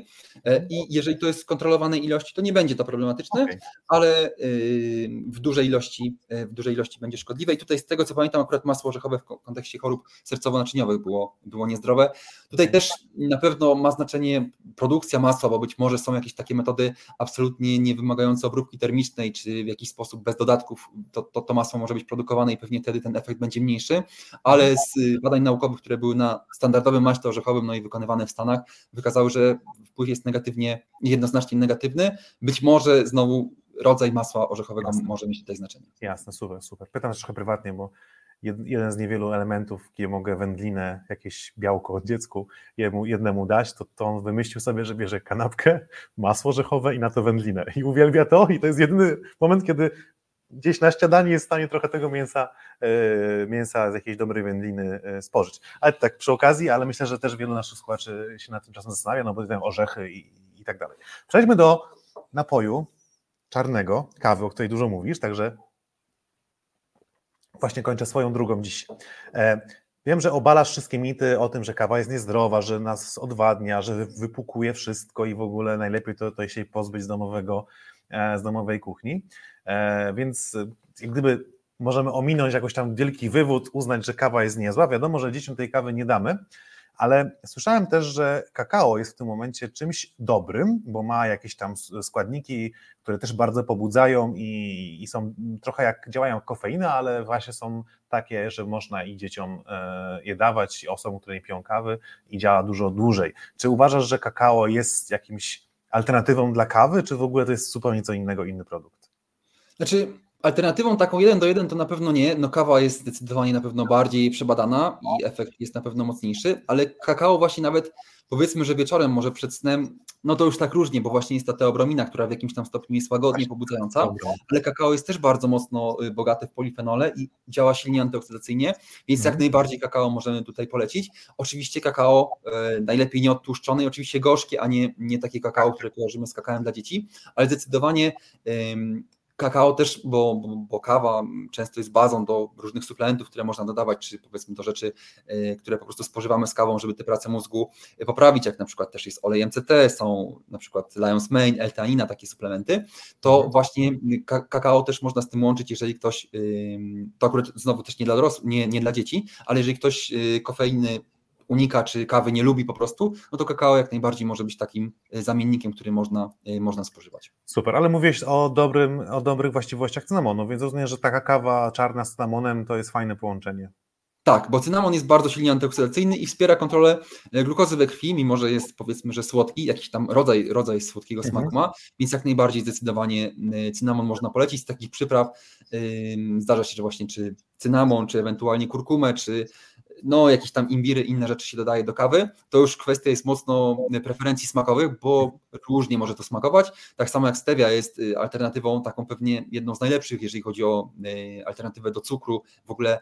I jeżeli to jest w kontrolowanej ilości, to nie będzie to problematyczne, okay. ale w dużej ilości, w dużej ilości będzie szkodliwe. I tutaj z tego, co pamiętam, akurat masło orzechowe w kontekście chorób sercowo-naczyniowych było, było niezdrowe. Tutaj też na pewno ma znaczenie produkcja masła, bo być może są jakieś takie metody absolutnie nie wymagające obróbki termicznej, czy w jakiś sposób bez dodatków to, to, to masło może być produkowane i pewnie wtedy ten efekt będzie mniejszy, ale z badań naukowych, które były na standardowym maśle orzechowym, no i wykonywane w Stanach, wykazały, że wpływ jest negatywnie, jednoznacznie negatywny. Być może znowu rodzaj masła orzechowego Jasne. może mieć tutaj znaczenie. Jasne, super, super. Pytam trochę prywatnie, bo jeden z niewielu elementów, gdzie mogę wędlinę, jakieś białko dziecku jemu, jednemu dać, to, to on wymyślił sobie, że bierze kanapkę, masło orzechowe i na to wędlinę. I uwielbia to i to jest jedyny moment, kiedy gdzieś na śniadanie jest w stanie trochę tego mięsa, yy, mięsa z jakiejś dobrej wędliny yy, spożyć. Ale tak przy okazji, ale myślę, że też wielu naszych słuchaczy się nad tym czasem zastanawia, no bo znają orzechy i, i tak dalej. Przejdźmy do napoju czarnego, kawy, o której dużo mówisz, także właśnie kończę swoją drugą dziś. E, wiem, że obalasz wszystkie mity o tym, że kawa jest niezdrowa, że nas odwadnia, że wypukuje wszystko i w ogóle najlepiej to, to się pozbyć z domowego, z domowej kuchni, więc jak gdyby możemy ominąć jakoś tam wielki wywód, uznać, że kawa jest niezła, wiadomo, że dzieciom tej kawy nie damy, ale słyszałem też, że kakao jest w tym momencie czymś dobrym, bo ma jakieś tam składniki, które też bardzo pobudzają i, i są trochę jak działają jak kofeina, ale właśnie są takie, że można i dzieciom je dawać, i osobom, które nie piją kawy i działa dużo dłużej. Czy uważasz, że kakao jest jakimś alternatywą dla kawy, czy w ogóle to jest zupełnie co innego, inny produkt? Znaczy alternatywą taką jeden do jeden to na pewno nie, no kawa jest zdecydowanie na pewno bardziej przebadana i efekt jest na pewno mocniejszy, ale kakao właśnie nawet powiedzmy, że wieczorem, może przed snem, no to już tak różnie, bo właśnie jest ta teobromina, która w jakimś tam stopniu jest łagodnie pobudzająca, ale kakao jest też bardzo mocno bogate w polifenole i działa silnie antyoksydacyjnie, więc jak najbardziej kakao możemy tutaj polecić. Oczywiście kakao e, najlepiej nie odtłuszczone i oczywiście gorzkie, a nie, nie takie kakao, które kojarzymy z kakaem dla dzieci, ale zdecydowanie e, kakao też, bo, bo, bo kawa często jest bazą do różnych suplementów, które można dodawać, czy powiedzmy do rzeczy, które po prostu spożywamy z kawą, żeby tę pracę mózgu poprawić, jak na przykład też jest olej M C T, są na przykład Lion's Mane, L-teanina, takie suplementy, to mhm. właśnie kakao też można z tym łączyć, jeżeli ktoś, to akurat znowu też nie dla dorosłych, nie, nie dla dzieci, ale jeżeli ktoś kofeiny unika, czy kawy nie lubi po prostu, no to kakao jak najbardziej może być takim zamiennikiem, który można, można spożywać. Super, ale mówiłeś o, dobrym, o dobrych właściwościach cynamonu, więc rozumiem, że taka kawa czarna z cynamonem to jest fajne połączenie. Tak, bo cynamon jest bardzo silnie antyoksydacyjny i wspiera kontrolę glukozy we krwi, mimo że jest powiedzmy, że słodki, jakiś tam rodzaj, rodzaj słodkiego mhm. smaku ma, więc jak najbardziej zdecydowanie cynamon można polecić. Z takich przypraw yy, zdarza się, że właśnie czy cynamon, czy ewentualnie kurkumę, czy no jakieś tam imbiry, inne rzeczy się dodaje do kawy, to już kwestia jest mocno preferencji smakowych, bo różnie może to smakować. Tak samo jak stevia jest alternatywą taką pewnie jedną z najlepszych, jeżeli chodzi o alternatywę do cukru, w ogóle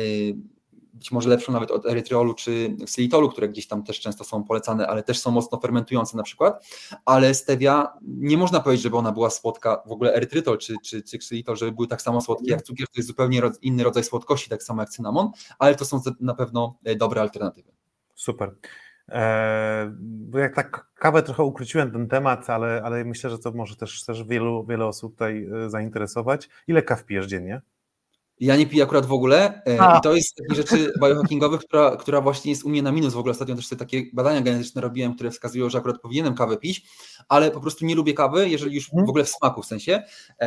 być może lepszą nawet od erytriolu czy ksylitolu, które gdzieś tam też często są polecane, ale też są mocno fermentujące na przykład, ale stevia, nie można powiedzieć, żeby ona była słodka, w ogóle erytrytol czy, czy, czy ksylitol, żeby były tak samo słodkie jak cukier, to jest zupełnie inny rodzaj słodkości, tak samo jak cynamon, ale to są na pewno dobre alternatywy. Super. Eee, bo jak tak kawę trochę ukróciłem ten temat, ale, ale myślę, że to może też, też wielu, wiele osób tutaj zainteresować. Ile kaw pijesz dziennie? Ja nie piję akurat w ogóle A. i to jest z takich rzeczy biohackingowych, która, która właśnie jest u mnie na minus. W ogóle ostatnio też sobie takie badania genetyczne robiłem, które wskazują, że akurat powinienem kawę pić, ale po prostu nie lubię kawy, jeżeli już w ogóle w smaku, w sensie.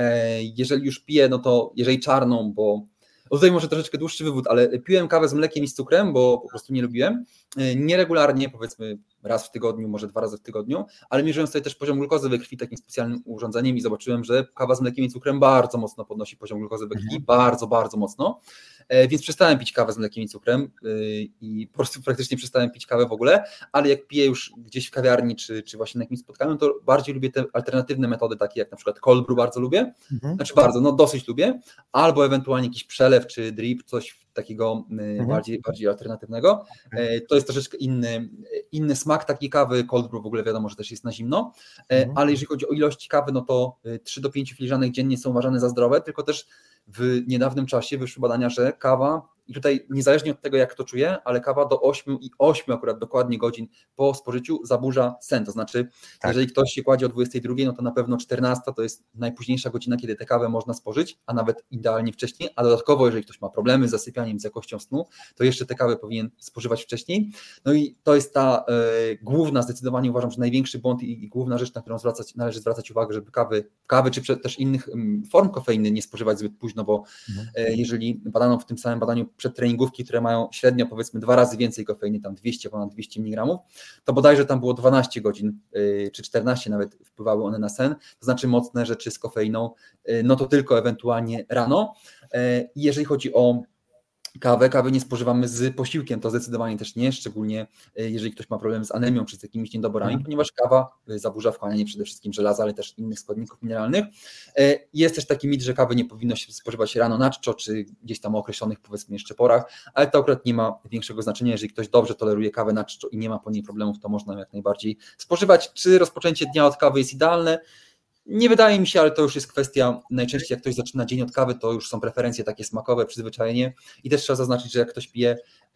Jeżeli już piję, no to jeżeli czarną, bo tutaj może troszeczkę dłuższy wywód, ale piłem kawę z mlekiem i z cukrem, bo po prostu nie lubiłem. Nieregularnie, powiedzmy raz w tygodniu, może dwa razy w tygodniu, ale mierzyłem sobie też poziom glukozy we krwi takim specjalnym urządzeniem i zobaczyłem, że kawa z mlekiem i cukrem bardzo mocno podnosi poziom glukozy we krwi, mhm. bardzo, bardzo mocno, więc przestałem pić kawę z mlekiem i cukrem i po prostu praktycznie przestałem pić kawę w ogóle, ale jak piję już gdzieś w kawiarni czy, czy właśnie na jakimś spotkaniu, to bardziej lubię te alternatywne metody, takie jak na przykład cold brew bardzo lubię, mhm. znaczy bardzo, no dosyć lubię, albo ewentualnie jakiś przelew czy drip, coś takiego mhm. bardziej, bardziej alternatywnego. Mhm. To jest troszeczkę inny, inny smak takiej kawy, cold brew w ogóle wiadomo, że też jest na zimno, mhm. ale jeżeli chodzi o ilości kawy, no to trzy do pięciu filiżanek dziennie są uważane za zdrowe, tylko też w niedawnym czasie wyszły badania, że kawa, i tutaj niezależnie od tego, jak to czuję, ale kawa do ośmiu i ośmiu akurat dokładnie godzin po spożyciu zaburza sen, to znaczy tak. jeżeli ktoś się kładzie o dwudziestej drugiej, no to na pewno czternasta to jest najpóźniejsza godzina, kiedy tę kawę można spożyć, a nawet idealnie wcześniej, a dodatkowo jeżeli ktoś ma problemy z zasypianiem, z jakością snu, to jeszcze tę kawę powinien spożywać wcześniej. No i to jest ta e, główna, zdecydowanie uważam, że największy błąd i, i główna rzecz, na którą zwracać, należy zwracać uwagę, żeby kawy, kawy czy też innych um, form kofeiny nie spożywać zbyt późno, bo mhm. e, jeżeli badano w tym samym badaniu przedtreningówki, które mają średnio powiedzmy dwa razy więcej kofeiny, tam dwieście, ponad dwieście miligramów, to bodajże tam było dwanaście godzin, yy, czy czternaście nawet wpływały one na sen, to znaczy mocne rzeczy z kofeiną, yy, no to tylko ewentualnie rano. Yy, jeżeli chodzi o kawę, kawy nie spożywamy z posiłkiem, to zdecydowanie też nie, szczególnie jeżeli ktoś ma problem z anemią czy z jakimiś niedoborami, mm. ponieważ kawa zaburza wchłanianie przede wszystkim żelaza, ale też innych składników mineralnych. Jest też taki mit, że kawy nie powinno się spożywać rano na czczo, czy gdzieś tam o określonych powiedzmy jeszcze porach, ale to akurat nie ma większego znaczenia. Jeżeli ktoś dobrze toleruje kawę na czczo i nie ma po niej problemów, to można jak najbardziej spożywać. Czy rozpoczęcie dnia od kawy jest idealne? Nie wydaje mi się, ale to już jest kwestia, najczęściej jak ktoś zaczyna dzień od kawy, to już są preferencje takie smakowe, przyzwyczajenie i też trzeba zaznaczyć, że jak ktoś pije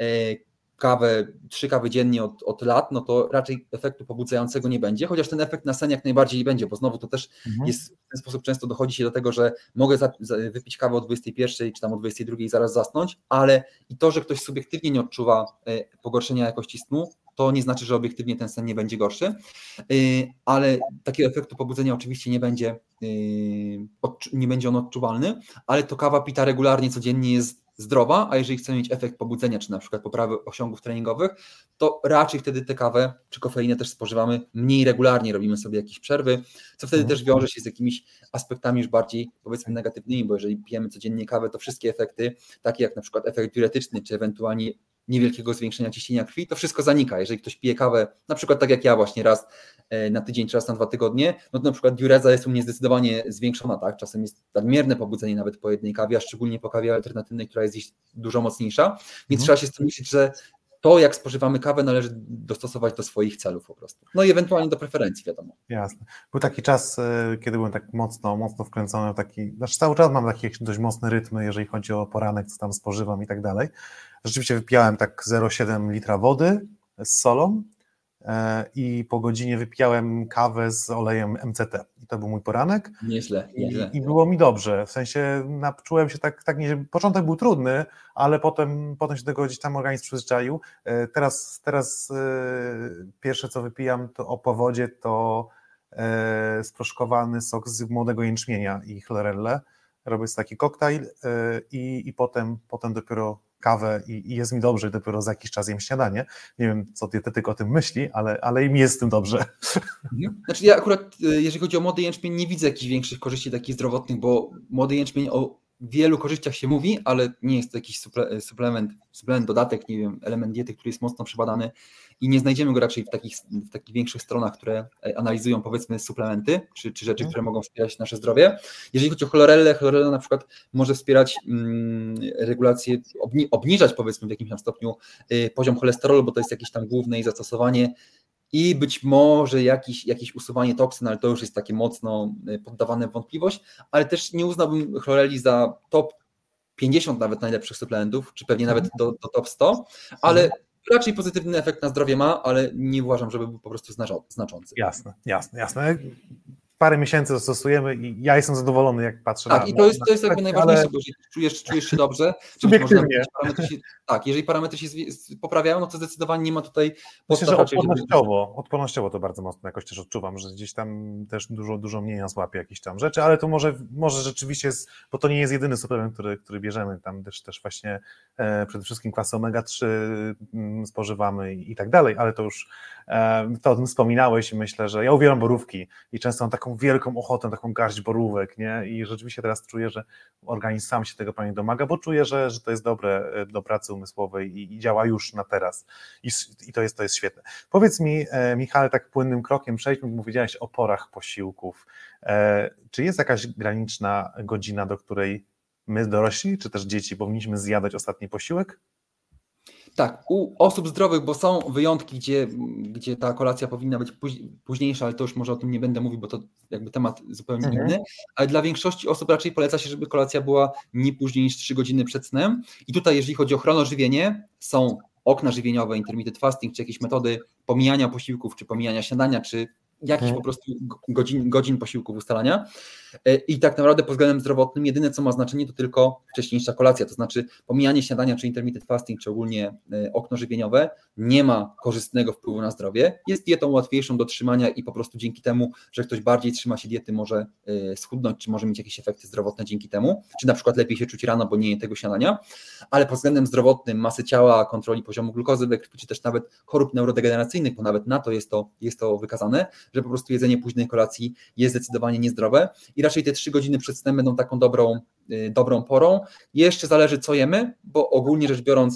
kawę, trzy kawy dziennie od, od lat, no to raczej efektu pobudzającego nie będzie, chociaż ten efekt na sen jak najbardziej będzie, bo znowu to też mhm. jest w ten sposób często dochodzi się do tego, że mogę za, za, wypić kawę o dwudziestej pierwszej czy tam o dwudziestej drugiej i zaraz zasnąć, ale i to, że ktoś subiektywnie nie odczuwa pogorszenia jakości snu, to nie znaczy, że obiektywnie ten sen nie będzie gorszy, ale takiego efektu pobudzenia oczywiście nie będzie, nie będzie on odczuwalny, ale to kawa pita regularnie codziennie jest zdrowa, a jeżeli chcemy mieć efekt pobudzenia, czy na przykład poprawy osiągów treningowych, to raczej wtedy tę kawę czy kofeinę też spożywamy mniej regularnie, robimy sobie jakieś przerwy, co wtedy też wiąże się z jakimiś aspektami już bardziej powiedzmy negatywnymi, bo jeżeli pijemy codziennie kawę, to wszystkie efekty, takie jak na przykład efekt diuretyczny, czy ewentualnie niewielkiego zwiększenia ciśnienia krwi, to wszystko zanika. Jeżeli ktoś pije kawę, na przykład tak jak ja właśnie raz na tydzień, czy raz na dwa tygodnie, no to na przykład diureza jest u mnie zdecydowanie zwiększona, tak? Czasem jest nadmierne pobudzenie nawet po jednej kawie, a szczególnie po kawie alternatywnej, która jest gdzieś dużo mocniejsza, więc mhm. trzeba się z tym liczyć, że to, jak spożywamy kawę, należy dostosować do swoich celów po prostu. No i ewentualnie do preferencji, wiadomo. Jasne. Był taki czas, kiedy byłem tak mocno, mocno wkręcony w taki, znaczy cały czas mam takie dość mocne rytmy, jeżeli chodzi o poranek, co tam spożywam i tak dalej. Rzeczywiście wypijałem tak zero przecinek siedem litra wody z solą i po godzinie wypijałem kawę z olejem M C T. I to był mój poranek. Nieźle, nieźle. I, i było mi dobrze, w sensie na, czułem się tak, tak nie, początek był trudny, ale potem, potem się do tego gdzieś tam organizm przyzwyczaił. Teraz, teraz pierwsze co wypijam to o powodzie to sproszkowany sok z młodego jęczmienia i chlorelle. Robię sobie taki koktajl i, i potem, potem dopiero kawę i, i jest mi dobrze i dopiero za jakiś czas jem śniadanie. Nie wiem, co dietetyk o tym myśli, ale, ale mi jest z tym dobrze. Znaczy ja akurat, jeżeli chodzi o młody jęczmień, nie widzę jakichś większych korzyści takich zdrowotnych, bo młody jęczmień o wielu korzyściach się mówi, ale nie jest to jakiś suple, suplement, suplement, dodatek, nie wiem, element diety, który jest mocno przebadany i nie znajdziemy go raczej w takich, w takich większych stronach, które analizują, powiedzmy, suplementy, czy, czy rzeczy, które mogą wspierać nasze zdrowie. Jeżeli chodzi o chlorellę, chlorella na przykład może wspierać mm, regulację, obni, obniżać, powiedzmy, w jakimś tam stopniu y, poziom cholesterolu, bo to jest jakieś tam główne jej zastosowanie, i być może jakieś, jakieś usuwanie toksyn, ale to już jest takie mocno poddawane w wątpliwość, ale też nie uznałbym chloreli za top pięćdziesiąt nawet najlepszych suplementów, czy pewnie nawet do, do top sto, ale raczej pozytywny efekt na zdrowie ma, ale nie uważam, żeby był po prostu znaczący. Jasne, jasne, jasne. Parę miesięcy stosujemy i ja jestem zadowolony, jak patrzę tak, na... Tak, i to jest, to jest jakby najważniejsze, ale... bo jeżeli czujesz, czujesz się dobrze, subiektywnie. Parametry się, tak, jeżeli parametry się poprawiają, no to zdecydowanie nie ma tutaj Myślę, że odpornościowo, żeby... odpornościowo to bardzo mocno jakoś też odczuwam, że gdzieś tam też dużo, dużo mniej nas łapie jakieś tam rzeczy, ale to może, może rzeczywiście jest, bo to nie jest jedyny suplement, który, który bierzemy, tam też, też właśnie e, przede wszystkim kwasy omega trzy m, spożywamy i, i tak dalej, ale to już e, to o tym wspominałeś i myślę, że ja uwielbiam borówki i często mam taką wielką ochotę, taką garść borówek, nie? I rzeczywiście teraz czuję, że organizm sam się tego pewnie domaga, bo czuję, że, że to jest dobre do pracy umysłowej i, i działa już na teraz. I, i to jest, to jest świetne. Powiedz mi, e, Michale, tak płynnym krokiem przejdźmy, bo mówiłeś o porach posiłków. E, czy jest jakaś graniczna godzina, do której my dorośli, czy też dzieci powinniśmy zjadać ostatni posiłek? Tak, u osób zdrowych, bo są wyjątki, gdzie, gdzie ta kolacja powinna być późniejsza, ale to już może o tym nie będę mówił, bo to jakby temat zupełnie mhm. inny, ale dla większości osób raczej poleca się, żeby kolacja była nie później niż trzy godziny przed snem. I tutaj, jeżeli chodzi o chronożywienie, są okna żywieniowe, intermittent fasting, czy jakieś metody pomijania posiłków, czy pomijania śniadania, czy jakichś hmm. po prostu godzin, godzin posiłków ustalania. I tak naprawdę pod względem zdrowotnym jedyne, co ma znaczenie, to tylko wcześniejsza kolacja, to znaczy pomijanie śniadania, czy intermittent fasting, czy ogólnie okno żywieniowe nie ma korzystnego wpływu na zdrowie, jest dietą łatwiejszą do trzymania i po prostu dzięki temu, że ktoś bardziej trzyma się diety, może schudnąć, czy może mieć jakieś efekty zdrowotne dzięki temu, czy na przykład lepiej się czuć rano, bo nie je tego śniadania, ale pod względem zdrowotnym, masy ciała, kontroli poziomu glukozy we krwi, czy też nawet chorób neurodegeneracyjnych, bo nawet na to jest to, jest to wykazane, że po prostu jedzenie późnej kolacji jest zdecydowanie niezdrowe i raczej te trzy godziny przed snem będą taką dobrą, yy, dobrą porą. Jeszcze zależy, co jemy, bo ogólnie rzecz biorąc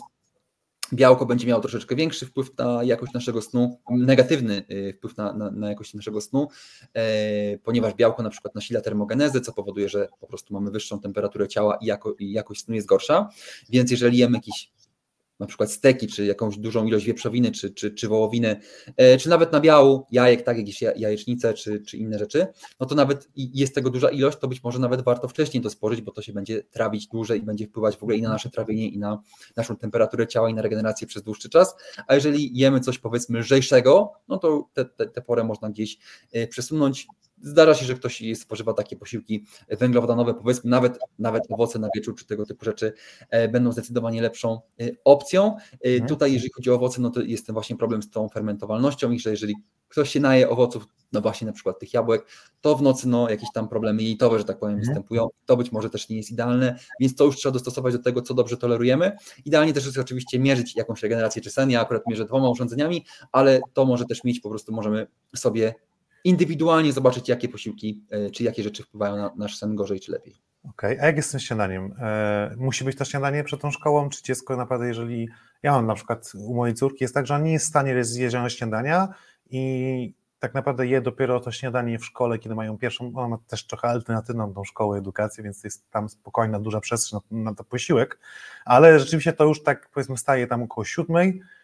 białko będzie miało troszeczkę większy wpływ na jakość naszego snu, negatywny wpływ na, na, na jakość naszego snu, yy, ponieważ białko na przykład nasila termogenezę, co powoduje, że po prostu mamy wyższą temperaturę ciała i, jako, i jakość snu jest gorsza, więc jeżeli jemy jakiś na przykład steki, czy jakąś dużą ilość wieprzowiny, czy, czy, czy wołowiny, czy nawet nabiału, jajek, tak, jakieś jajecznice, czy, czy inne rzeczy, no to nawet jest tego duża ilość, to być może nawet warto wcześniej to spożyć, bo to się będzie trawić dłużej i będzie wpływać w ogóle i na nasze trawienie, i na naszą temperaturę ciała, i na regenerację przez dłuższy czas, a jeżeli jemy coś, powiedzmy, lżejszego, no to tę te, te porę można gdzieś przesunąć. Zdarza się, że ktoś spożywa takie posiłki węglowodanowe, powiedzmy nawet, nawet owoce na wieczór, czy tego typu rzeczy będą zdecydowanie lepszą opcją. Hmm. Tutaj jeżeli chodzi o owoce, no to jest ten właśnie problem z tą fermentowalnością i że jeżeli ktoś się naje owoców, no właśnie na przykład tych jabłek, to w nocy no jakieś tam problemy jelitowe, że tak powiem, hmm. występują. To być może też nie jest idealne, więc to już trzeba dostosować do tego, co dobrze tolerujemy. Idealnie też jest oczywiście mierzyć jakąś regenerację czy sen. Ja akurat mierzę dwoma urządzeniami, ale to może też mieć, po prostu możemy sobie indywidualnie zobaczyć, jakie posiłki, czy jakie rzeczy wpływają na nasz sen gorzej czy lepiej. Okej, okay. A jak jest z tym śniadaniem? E, musi być to śniadanie przed tą szkołą, czy dziecko naprawdę, jeżeli... Ja mam na przykład u mojej córki, jest tak, że ona nie jest w stanie zjeść śniadania i tak naprawdę je dopiero to śniadanie w szkole, kiedy mają pierwszą, ona ma też trochę alternatywną tą szkołę, edukację, więc jest tam spokojna, duża przestrzeń na, na to posiłek, ale rzeczywiście to już tak, powiedzmy, staje tam około siódmej,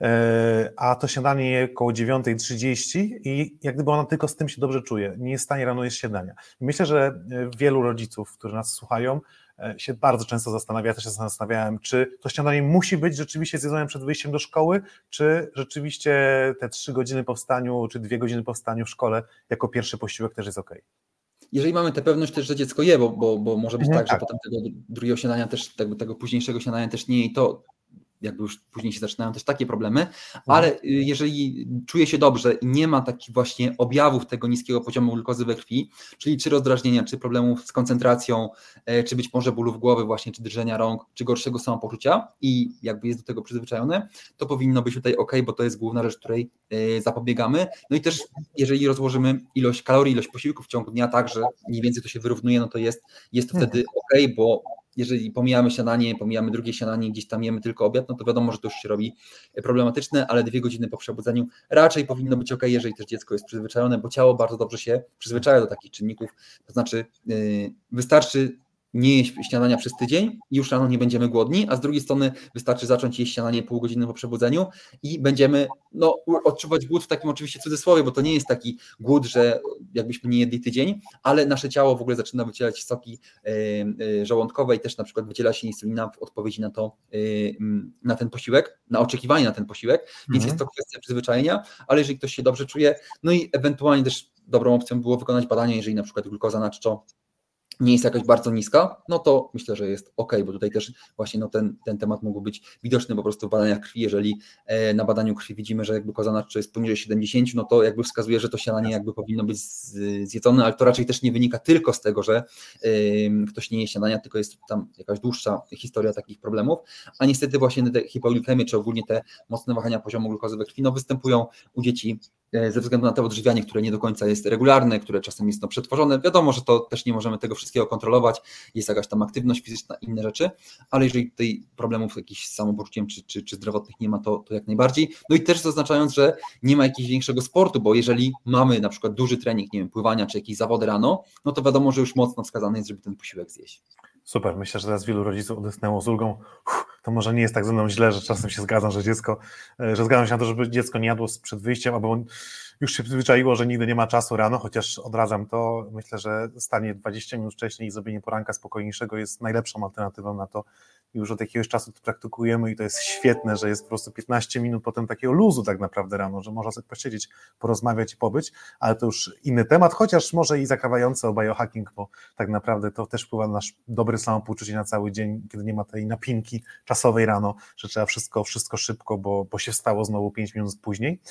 a to śniadanie około dziewiąta trzydzieści i jak gdyby ona tylko z tym się dobrze czuje, nie jest w stanie rano jeść śniadania. Myślę, że wielu rodziców, którzy nas słuchają, się bardzo często zastanawia, ja też się zastanawiałem, czy to śniadanie musi być rzeczywiście zjedzone przed wyjściem do szkoły, czy rzeczywiście te trzy godziny po wstaniu, czy dwie godziny po wstaniu w szkole jako pierwszy posiłek też jest ok. Jeżeli mamy tę pewność też, że dziecko je, bo, bo, bo może być Mhm, tak, że tak. potem tego drugiego śniadania też, tego, tego późniejszego śniadania też nie i to jakby już później się zaczynają też takie problemy, ale jeżeli czuje się dobrze i nie ma takich właśnie objawów tego niskiego poziomu glukozy we krwi, czyli czy rozdrażnienia, czy problemów z koncentracją, czy być może bólów głowy właśnie, czy drżenia rąk, czy gorszego samopoczucia i jakby jest do tego przyzwyczajone, to powinno być tutaj ok, bo to jest główna rzecz, której zapobiegamy. No i też jeżeli rozłożymy ilość kalorii, ilość posiłków w ciągu dnia tak, że mniej więcej to się wyrównuje, no to jest, jest to wtedy ok, bo jeżeli pomijamy śniadanie, pomijamy drugie śniadanie, gdzieś tam jemy tylko obiad, no to wiadomo, że to już się robi problematyczne, ale dwie godziny po przebudzeniu raczej powinno być ok, jeżeli też dziecko jest przyzwyczajone, bo ciało bardzo dobrze się przyzwyczaja do takich czynników, to znaczy yy, wystarczy nie jeść śniadania przez tydzień i już rano nie będziemy głodni, a z drugiej strony wystarczy zacząć jeść śniadanie pół godziny po przebudzeniu i będziemy no, odczuwać głód w takim oczywiście cudzysłowie, bo to nie jest taki głód, że jakbyśmy nie jedli tydzień, ale nasze ciało w ogóle zaczyna wycielać soki yy, yy, żołądkowe i też na przykład wydziela się insulina w odpowiedzi na to, yy, na ten posiłek, na oczekiwanie na ten posiłek, mhm. Więc jest to kwestia przyzwyczajenia, ale jeżeli ktoś się dobrze czuje, no i ewentualnie też dobrą opcją było wykonać badanie, jeżeli na przykład glukoza na czczo nie jest jakaś bardzo niska, no to myślę, że jest ok, bo tutaj też właśnie no ten, ten temat mógł być widoczny po prostu w badaniach krwi. Jeżeli e, na badaniu krwi widzimy, że glukoza na czczo jest poniżej siedemdziesiąt, no to jakby wskazuje, że to śniadanie jakby powinno być z, zjedzone, ale to raczej też nie wynika tylko z tego, że e, ktoś nie je śniadania, tylko jest tam jakaś dłuższa historia takich problemów, a niestety właśnie te hipoglikemie, czy ogólnie te mocne wahania poziomu glukozy we krwi, no występują u dzieci ze względu na to odżywianie, które nie do końca jest regularne, które czasem jest no, przetworzone. Wiadomo, że to też nie możemy tego wszystkiego kontrolować, jest jakaś tam aktywność fizyczna, inne rzeczy, ale jeżeli tutaj problemów jakichś z samopoczuciem czy, czy, czy zdrowotnych nie ma, to, to jak najbardziej. No i też zaznaczając, że nie ma jakiegoś większego sportu, bo jeżeli mamy na przykład duży trening, nie wiem, pływania czy jakieś zawody rano, no to wiadomo, że już mocno wskazane jest, żeby ten posiłek zjeść. Super, myślę, że teraz wielu rodziców odetchnęło z ulgą. Uff, to może nie jest tak ze mną źle, że czasem się zgadzam, że dziecko, że zgadzam się na to, żeby dziecko nie jadło przed wyjściem, albo już się przyzwyczaiło, że nigdy nie ma czasu rano, chociaż odradzam to. Myślę, że stanie dwadzieścia minut wcześniej i zrobienie poranka spokojniejszego jest najlepszą alternatywą na to. Już od jakiegoś czasu to praktykujemy i to jest świetne, że jest po prostu piętnaście minut potem takiego luzu tak naprawdę rano, że można sobie posiedzieć, porozmawiać i pobyć, ale to już inny temat, chociaż może i zakrawający o biohacking, bo tak naprawdę to też wpływa na nasz dobry samopoczucie na cały dzień, kiedy nie ma tej napinki czasowej rano, że trzeba wszystko, wszystko szybko, bo, bo się wstało znowu pięć minut później.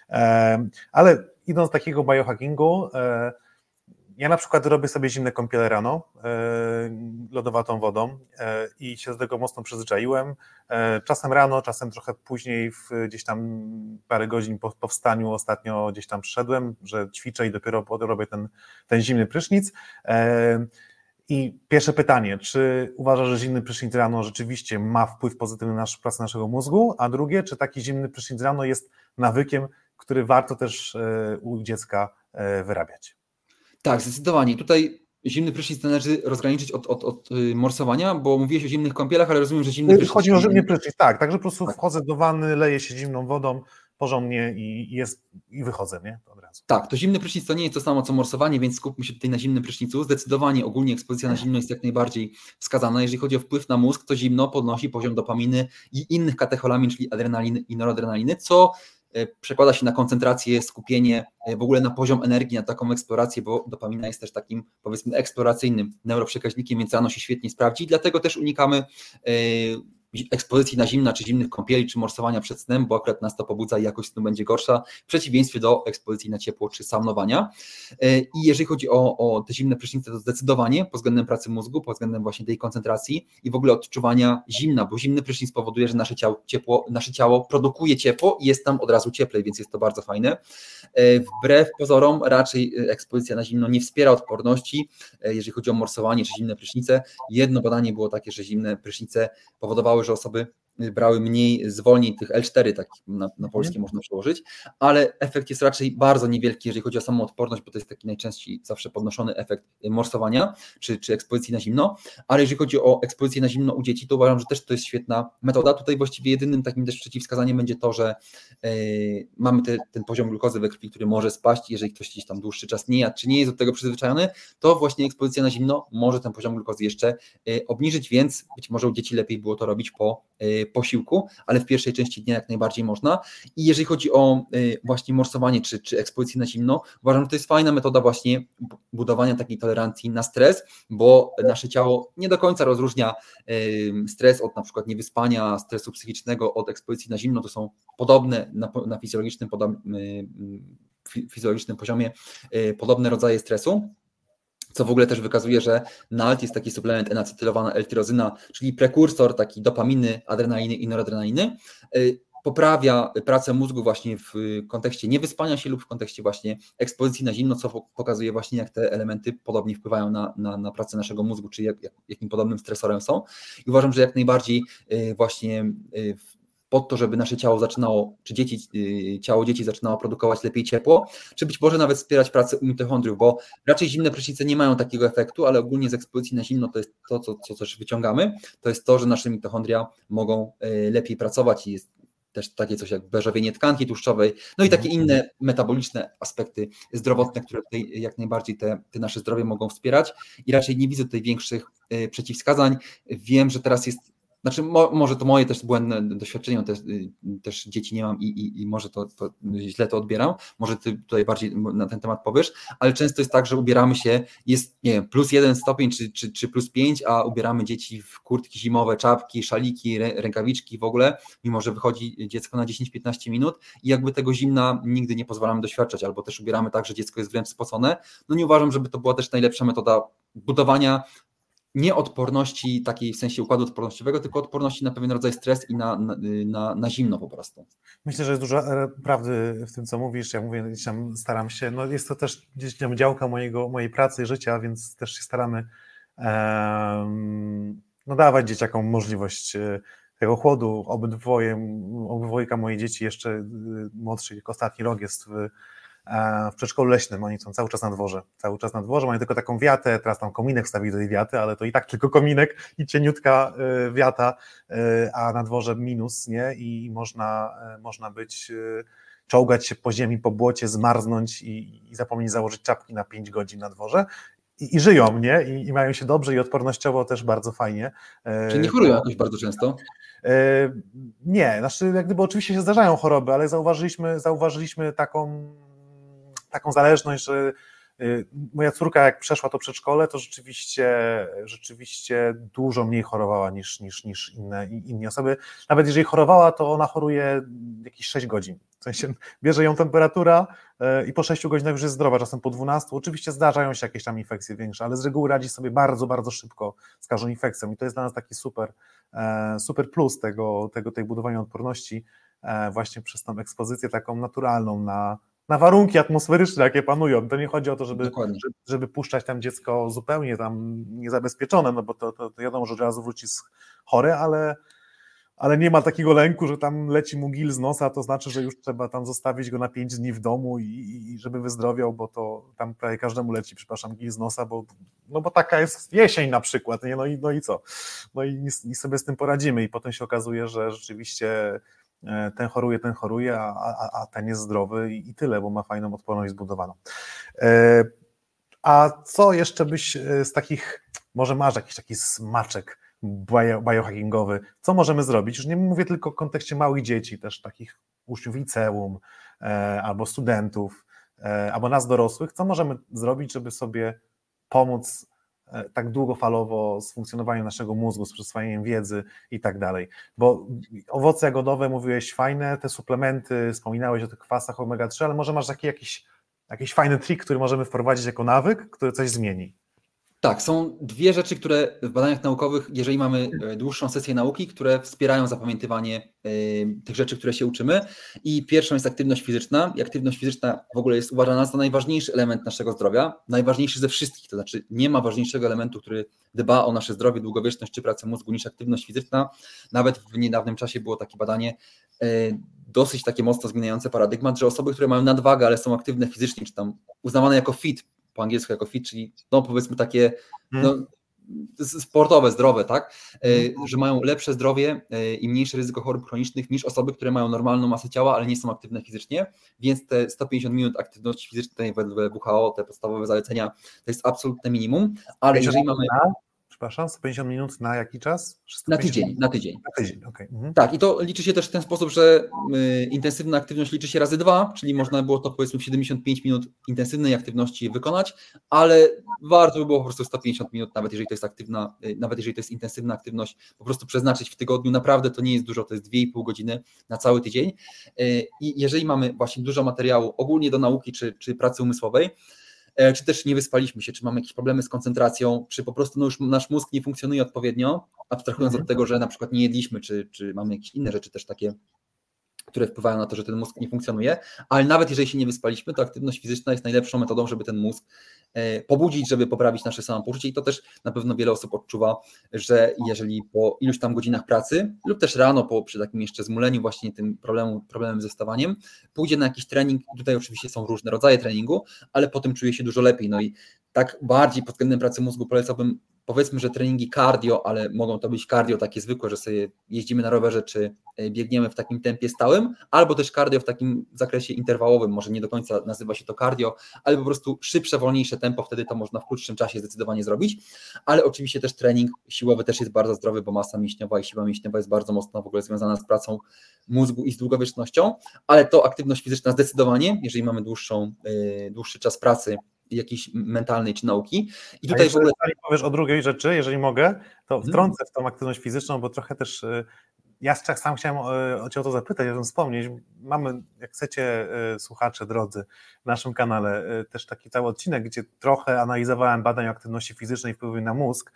E, ale idąc z takiego biohackingu, e, ja na przykład robię sobie zimne kąpiele rano, e, lodowatą wodą e, i się do tego mocno przyzwyczaiłem. E, czasem rano, czasem trochę później, w, gdzieś tam parę godzin po, po wstaniu ostatnio gdzieś tam przyszedłem, że ćwiczę i dopiero robię ten, ten zimny prysznic. E, I pierwsze pytanie, czy uważasz, że zimny prysznic rano rzeczywiście ma wpływ pozytywny na pracę naszego mózgu, a drugie, czy taki zimny prysznic rano jest nawykiem, który warto też e, u dziecka e, wyrabiać? Tak, zdecydowanie. Tutaj zimny prysznic należy rozgraniczyć od, od, od morsowania, bo mówiłeś o zimnych kąpielach, ale rozumiem, że zimny prysznic... Chodzi o zimny prysznic, tak, także po prostu tak. Wchodzę do wanny, leję się zimną wodą porządnie i, jest, i wychodzę, nie? To od razu. Tak, to zimny prysznic to nie jest to samo co morsowanie, więc skupmy się tutaj na zimnym prysznicu. Zdecydowanie ogólnie ekspozycja na zimno jest jak najbardziej wskazana. Jeżeli chodzi o wpływ na mózg, to zimno podnosi poziom dopaminy i innych katecholamin, czyli adrenaliny i noradrenaliny, co przekłada się na koncentrację, skupienie, w ogóle na poziom energii, na taką eksplorację, bo dopamina jest też takim, powiedzmy, eksploracyjnym neuroprzekaźnikiem, więc rano się świetnie sprawdzi, dlatego też unikamy ekspozycji na zimna, czy zimnych kąpieli, czy morsowania przed snem, bo akurat nas to pobudza i jakość snu będzie gorsza, w przeciwieństwie do ekspozycji na ciepło, czy saunowania. I jeżeli chodzi o, o te zimne prysznice, to zdecydowanie pod względem pracy mózgu, pod względem właśnie tej koncentracji i w ogóle odczuwania zimna, bo zimny prysznic powoduje, że nasze ciało, ciepło, nasze ciało produkuje ciepło i jest tam od razu cieplej, więc jest to bardzo fajne. Wbrew pozorom raczej ekspozycja na zimno nie wspiera odporności, jeżeli chodzi o morsowanie, czy zimne prysznice. Jedno badanie było takie, że zimne prysznice powodowały, że osoby brały mniej zwolnień tych L cztery, tak na, na polskie można przełożyć, ale efekt jest raczej bardzo niewielki, jeżeli chodzi o samą odporność, bo to jest taki najczęściej zawsze podnoszony efekt morsowania czy, czy ekspozycji na zimno, ale jeżeli chodzi o ekspozycję na zimno u dzieci, to uważam, że też to jest świetna metoda. Tutaj właściwie jedynym takim też przeciwwskazaniem będzie to, że yy, mamy te, ten poziom glukozy we krwi, który może spaść, jeżeli ktoś gdzieś tam dłuższy czas nie jadł, czy nie jest do tego przyzwyczajony, to właśnie ekspozycja na zimno może ten poziom glukozy jeszcze yy, obniżyć, więc być może u dzieci lepiej było to robić po yy, posiłku, ale w pierwszej części dnia jak najbardziej można. I jeżeli chodzi o yy, właśnie morsowanie, czy, czy ekspozycję na zimno, uważam, że to jest fajna metoda właśnie budowania takiej tolerancji na stres, bo nasze ciało nie do końca rozróżnia yy, stres od na przykład niewyspania, stresu psychicznego od ekspozycji na zimno, to są podobne na, na fizjologicznym, podob, yy, fizjologicznym poziomie yy, podobne rodzaje stresu, co w ogóle też wykazuje, że Nalt jest taki suplement N-acetylowana L-tyrozyna, czyli prekursor taki dopaminy, adrenaliny i noradrenaliny, yy, poprawia pracę mózgu właśnie w kontekście niewyspania się lub w kontekście właśnie ekspozycji na zimno, co pokazuje właśnie, jak te elementy podobnie wpływają na, na, na pracę naszego mózgu, czy jak, jak, jakim podobnym stresorem są. I uważam, że jak najbardziej właśnie pod to, żeby nasze ciało zaczynało, czy dzieci, ciało dzieci zaczynało produkować lepiej ciepło, czy być może nawet wspierać pracę u mitochondriów, bo raczej zimne prysznice nie mają takiego efektu, ale ogólnie z ekspozycji na zimno to jest to, co, co też wyciągamy, to jest to, że nasze mitochondria mogą lepiej pracować i jest też takie coś jak beżowienie tkanki tłuszczowej, no i takie inne metaboliczne aspekty zdrowotne, które tutaj jak najbardziej te, te nasze zdrowie mogą wspierać i raczej nie widzę tutaj większych y, przeciwwskazań. Wiem, że teraz jest, znaczy mo, może to moje też błędne doświadczenie, też, y, też dzieci nie mam i, i, i może to, to źle to odbieram, może ty tutaj bardziej na ten temat powiesz, ale często jest tak, że ubieramy się, jest nie wiem, plus jeden stopień czy, czy, czy plus pięć, a ubieramy dzieci w kurtki zimowe, czapki, szaliki, rę, rękawiczki w ogóle, mimo że wychodzi dziecko na dziesięć piętnaście minut i jakby tego zimna nigdy nie pozwalamy doświadczać, albo też ubieramy tak, że dziecko jest wręcz spocone. No nie uważam, żeby to była też najlepsza metoda budowania nie odporności takiej w sensie układu odpornościowego, tylko odporności na pewien rodzaj stres i na, na, na, na zimno po prostu. Myślę, że jest dużo prawdy w tym, co mówisz. Ja mówię, gdzieś tam staram się, no jest to też gdzieś tam działka mojego, mojej pracy i życia, więc też się staramy um, no dawać dzieciakom możliwość tego chłodu. Obydwoje, obydwojga moich dzieci, jeszcze młodszy, jak ostatni rok jest w w przedszkolu leśnym, oni są cały czas na dworze, cały czas na dworze, mają tylko taką wiatę, teraz tam kominek wstawili do tej wiaty, ale to i tak tylko kominek i cieniutka wiata, a na dworze minus, nie, i można, można być, czołgać się po ziemi, po błocie, zmarznąć i, i zapomnieć założyć czapki na pięć godzin na dworze i, i żyją, nie, I, i mają się dobrze i odpornościowo też bardzo fajnie. Czyli nie chorują jakoś bardzo często? Nie, znaczy jak gdyby oczywiście się zdarzają choroby, ale zauważyliśmy, zauważyliśmy taką taką zależność, że moja córka jak przeszła to przedszkole, to rzeczywiście, rzeczywiście dużo mniej chorowała niż, niż, niż inne, inne osoby. Nawet jeżeli chorowała, to ona choruje jakieś sześć godzin. W sensie bierze ją temperatura i po sześciu godzinach już jest zdrowa, czasem po dwunastu. Oczywiście zdarzają się jakieś tam infekcje większe, ale z reguły radzi sobie bardzo, bardzo szybko z każdą infekcją i to jest dla nas taki super, super plus tego, tego, tej budowania odporności właśnie przez tą ekspozycję taką naturalną na na warunki atmosferyczne, jakie panują. To nie chodzi o to, żeby, żeby, żeby puszczać tam dziecko zupełnie tam niezabezpieczone, no bo to, to, to wiadomo, że od razu wróci chore, ale, ale nie ma takiego lęku, że tam leci mu gil z nosa, to znaczy, że już trzeba tam zostawić go na pięć dni w domu i, i żeby wyzdrowiał, bo to tam prawie każdemu leci, przepraszam, gil z nosa, bo, no bo taka jest jesień na przykład, nie? No, i, no i co? No i, i sobie z tym poradzimy i potem się okazuje, że rzeczywiście ten choruje, ten choruje, a, a, a ten jest zdrowy i, i tyle, bo ma fajną odporność zbudowaną. A co jeszcze byś z takich, może masz jakiś taki smaczek biohackingowy, co możemy zrobić? Już nie mówię tylko w kontekście małych dzieci, też takich uczniów liceum, albo studentów, albo nas dorosłych, co możemy zrobić, żeby sobie pomóc tak długofalowo z funkcjonowaniem naszego mózgu, z przyswajaniem wiedzy i tak dalej. Bo owoce jagodowe mówiłeś fajne, te suplementy, wspominałeś o tych kwasach omega trzy, ale może masz taki jakiś, jakiś fajny trik, który możemy wprowadzić jako nawyk, który coś zmieni? Tak, są dwie rzeczy, które w badaniach naukowych, jeżeli mamy dłuższą sesję nauki, które wspierają zapamiętywanie y, tych rzeczy, które się uczymy. I pierwszą jest aktywność fizyczna. I aktywność fizyczna w ogóle jest uważana za najważniejszy element naszego zdrowia, najważniejszy ze wszystkich, to znaczy nie ma ważniejszego elementu, który dba o nasze zdrowie, długowieczność czy pracę mózgu niż aktywność fizyczna. Nawet w niedawnym czasie było takie badanie, y, dosyć takie mocno zmieniające paradygmat, że osoby, które mają nadwagę, ale są aktywne fizycznie, czy tam uznawane jako fit, po angielsku jako fit, czyli no powiedzmy takie no, sportowe, zdrowe, tak, mm. że mają lepsze zdrowie i mniejsze ryzyko chorób chronicznych niż osoby, które mają normalną masę ciała, ale nie są aktywne fizycznie, więc te sto pięćdziesiąt minut aktywności fizycznej wedle W H O, te podstawowe zalecenia, to jest absolutne minimum, ale jeżeli mamy... Przepraszam, sto pięćdziesiąt minut na jaki czas? Na tydzień, na tydzień. Na tydzień, okej. Okay. Mhm. Tak, i to liczy się też w ten sposób, że y, intensywna aktywność liczy się razy dwa, czyli można było to powiedzmy w siedemdziesiąt pięć minut intensywnej aktywności wykonać, ale warto by było po prostu sto pięćdziesiąt minut, nawet jeżeli to jest aktywna, y, nawet jeżeli to jest intensywna aktywność, po prostu przeznaczyć w tygodniu. Naprawdę to nie jest dużo, to jest dwie i pół godziny na cały tydzień. Y, I jeżeli mamy właśnie dużo materiału ogólnie do nauki czy, czy pracy umysłowej, czy też nie wyspaliśmy się, czy mamy jakieś problemy z koncentracją, czy po prostu no już nasz mózg nie funkcjonuje odpowiednio, abstrahując mhm. od tego, że na przykład nie jedliśmy, czy, czy mamy jakieś inne rzeczy też takie, które wpływają na to, że ten mózg nie funkcjonuje, ale nawet jeżeli się nie wyspaliśmy, to aktywność fizyczna jest najlepszą metodą, żeby ten mózg pobudzić, żeby poprawić nasze samopoczucie i to też na pewno wiele osób odczuwa, że jeżeli po iluś tam godzinach pracy lub też rano po, przy takim jeszcze zmuleniu właśnie tym problemu, problemem ze wstawaniem, pójdzie na jakiś trening, tutaj oczywiście są różne rodzaje treningu, ale potem czuje się dużo lepiej, no i tak bardziej pod względem pracy mózgu polecałbym, powiedzmy, że treningi cardio, ale mogą to być cardio takie zwykłe, że sobie jeździmy na rowerze, czy biegniemy w takim tempie stałym, albo też cardio w takim zakresie interwałowym, może nie do końca nazywa się to cardio, ale po prostu szybsze, wolniejsze tempo, wtedy to można w krótszym czasie zdecydowanie zrobić, ale oczywiście też trening siłowy też jest bardzo zdrowy, bo masa mięśniowa i siła mięśniowa jest bardzo mocno w ogóle związana z pracą mózgu i z długowiecznością, ale to aktywność fizyczna zdecydowanie, jeżeli mamy dłuższą, yy, dłuższy czas pracy, jakiejś mentalnej czy nauki. I tutaj w ogóle... powiesz o drugiej rzeczy, jeżeli mogę, to wtrącę w tą aktywność fizyczną, bo trochę też ja sam chciałem Cię o to zapytać, o tym wspomnieć. Mamy, jak chcecie, słuchacze drodzy, w naszym kanale też taki cały odcinek, gdzie trochę analizowałem badań aktywności fizycznej i wpływu na mózg.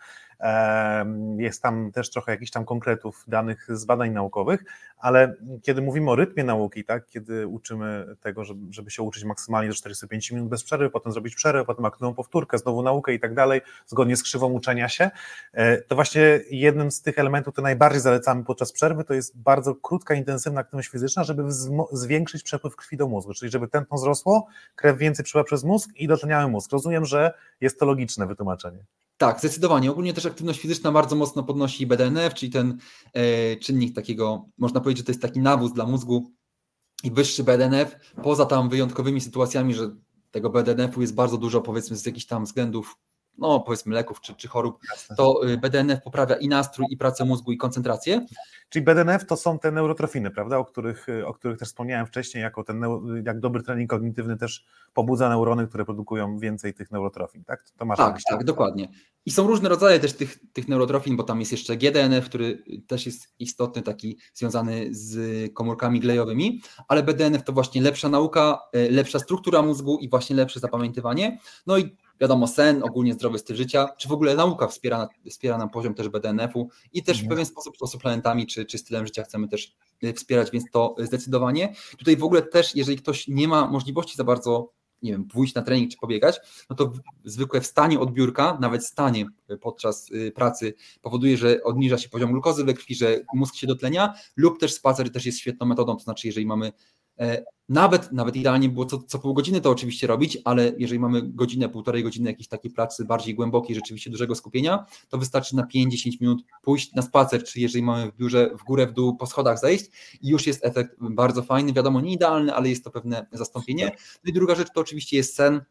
Jest tam też trochę jakichś tam konkretów danych z badań naukowych, ale kiedy mówimy o rytmie nauki, tak, kiedy uczymy tego, żeby, żeby się uczyć maksymalnie do czterdziestu pięciu minut bez przerwy, potem zrobić przerwę, potem aktywną powtórkę, znowu naukę i tak dalej, zgodnie z krzywą uczenia się, to właśnie jednym z tych elementów, które najbardziej zalecamy podczas przerwy, to jest bardzo krótka, intensywna aktywność fizyczna, żeby zwiększyć przepływ krwi do mózgu, czyli żeby tętno wzrosło, krew więcej przepływa przez mózg i dotleniały mózg. Rozumiem, że jest to logiczne wytłumaczenie. Tak, zdecydowanie. Ogólnie też aktywność fizyczna bardzo mocno podnosi B D N F, czyli ten e, czynnik takiego, można powiedzieć, że to jest taki nawóz dla mózgu i wyższy B D N F, poza tam wyjątkowymi sytuacjami, że tego B D N F-u jest bardzo dużo, powiedzmy z jakichś tam względów, no powiedzmy leków czy, czy chorób, to B D N F poprawia i nastrój, i pracę mózgu, i koncentrację. Czyli B D N F to są te neurotrofiny, prawda, o których, o których też wspomniałem wcześniej, jako ten, jak dobry trening kognitywny też pobudza neurony, które produkują więcej tych neurotrofin, tak? To masz tak, tak, dokładnie. I są różne rodzaje też tych, tych neurotrofin, bo tam jest jeszcze G D N F, który też jest istotny, taki związany z komórkami glejowymi, ale B D N F to właśnie lepsza nauka, lepsza struktura mózgu i właśnie lepsze zapamiętywanie. No i wiadomo, sen, ogólnie zdrowy styl życia, czy w ogóle nauka wspiera, wspiera nam poziom też B D N F-u i też w pewien sposób to suplementami czy, czy stylem życia chcemy też wspierać, więc to zdecydowanie. Tutaj w ogóle też, jeżeli ktoś nie ma możliwości za bardzo, nie wiem, pójść na trening czy pobiegać, no to zwykłe wstanie od biurka, nawet stanie podczas pracy powoduje, że obniża się poziom glukozy we krwi, że mózg się dotlenia, lub też spacer też jest świetną metodą, to znaczy jeżeli mamy Nawet, nawet idealnie było co, co pół godziny to oczywiście robić, ale jeżeli mamy godzinę, półtorej godziny jakiejś takiej pracy bardziej głębokiej, rzeczywiście dużego skupienia, to wystarczy na pięć do dziesięciu minut pójść na spacer, czy jeżeli mamy w biurze w górę, w dół, po schodach zejść i już jest efekt bardzo fajny, wiadomo nie idealny, ale jest to pewne zastąpienie. No i druga rzecz to oczywiście jest sen.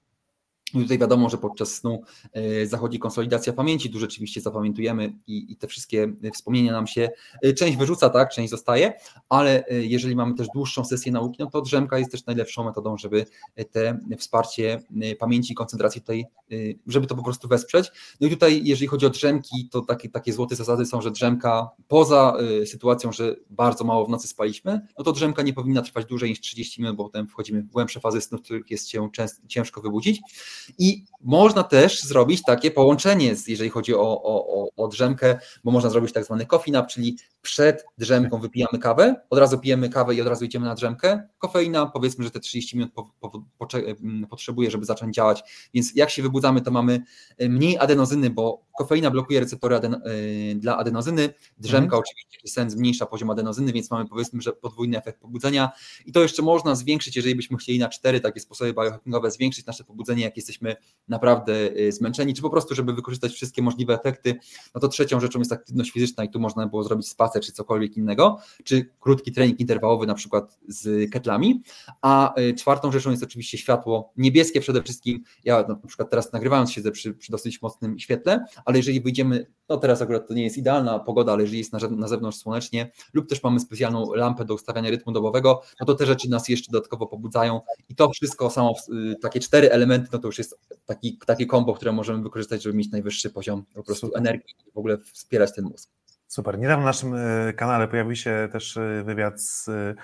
I tutaj wiadomo, że podczas snu zachodzi konsolidacja pamięci, tu rzeczywiście zapamiętujemy i, i te wszystkie wspomnienia nam się, część wyrzuca, tak, część zostaje, ale jeżeli mamy też dłuższą sesję nauki, no to drzemka jest też najlepszą metodą, żeby te wsparcie pamięci i koncentracji tutaj, żeby to po prostu wesprzeć. No i tutaj, jeżeli chodzi o drzemki, to takie, takie złote zasady są, że drzemka poza sytuacją, że bardzo mało w nocy spaliśmy, no to drzemka nie powinna trwać dłużej niż trzydzieści minut, bo potem wchodzimy w głębsze fazy snu, w których jest się ciężko wybudzić. I można też zrobić takie połączenie, jeżeli chodzi o, o, o drzemkę, bo można zrobić tak zwany coffee nap, czyli przed drzemką wypijamy kawę, od razu pijemy kawę i od razu idziemy na drzemkę. Kofeina, powiedzmy, że te trzydzieści minut po, po, po, potrzebuje, żeby zacząć działać, więc jak się wybudzamy, to mamy mniej adenozyny, bo kofeina blokuje receptory aden, dla adenozyny, drzemka mhm. oczywiście sen zmniejsza poziom adenozyny, więc mamy powiedzmy, że podwójny efekt pobudzenia i to jeszcze można zwiększyć, jeżeli byśmy chcieli na cztery takie sposoby biohackingowe zwiększyć nasze pobudzenie, jak jesteśmy naprawdę zmęczeni, czy po prostu, żeby wykorzystać wszystkie możliwe efekty, no to trzecią rzeczą jest aktywność fizyczna i tu można było zrobić spacer, czy cokolwiek innego, czy krótki trening interwałowy na przykład z ketlami, a czwartą rzeczą jest oczywiście światło niebieskie przede wszystkim, ja na przykład teraz nagrywając siedzę przy, przy dosyć mocnym świetle, ale jeżeli wyjdziemy, no teraz akurat to nie jest idealna pogoda, ale jeżeli jest na, na zewnątrz słonecznie lub też mamy specjalną lampę do ustawiania rytmu dobowego, no to te rzeczy nas jeszcze dodatkowo pobudzają i to wszystko samo, takie cztery elementy, no to już jest taki, takie kombo, które możemy wykorzystać, żeby mieć najwyższy poziom po prostu Super. energii i w ogóle wspierać ten mózg. Super. Niedawno na naszym kanale pojawił się też wywiad z,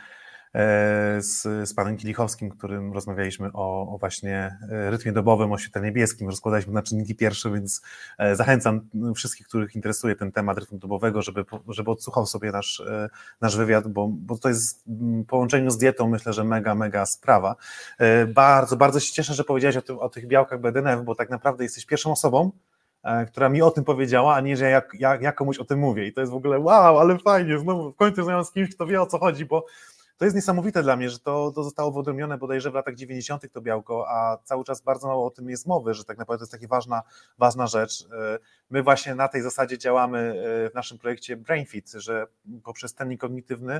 z, z panem Kielichowskim, którym rozmawialiśmy o, o właśnie rytmie dobowym, o świetle niebieskim, rozkładaliśmy na czynniki pierwsze, więc zachęcam wszystkich, których interesuje ten temat rytmu dobowego, żeby, żeby odsłuchał sobie nasz, nasz wywiad, bo, bo to jest w połączeniu z dietą, myślę, że mega, mega sprawa. Bardzo, bardzo się cieszę, że powiedziałeś o, tym, o tych białkach B D N F, bo tak naprawdę jesteś pierwszą osobą, która mi o tym powiedziała, a nie, że ja, ja, ja komuś o tym mówię. I to jest w ogóle wow, ale fajnie, znowu w końcu znam z kimś, kto wie, o co chodzi, bo to jest niesamowite dla mnie, że to, to zostało wyodrębnione bodajże w latach dziewięćdziesiątych to białko, a cały czas bardzo mało o tym jest mowy, że tak naprawdę to jest taka ważna, ważna rzecz. My właśnie na tej zasadzie działamy w naszym projekcie BrainFit, że poprzez trening kognitywny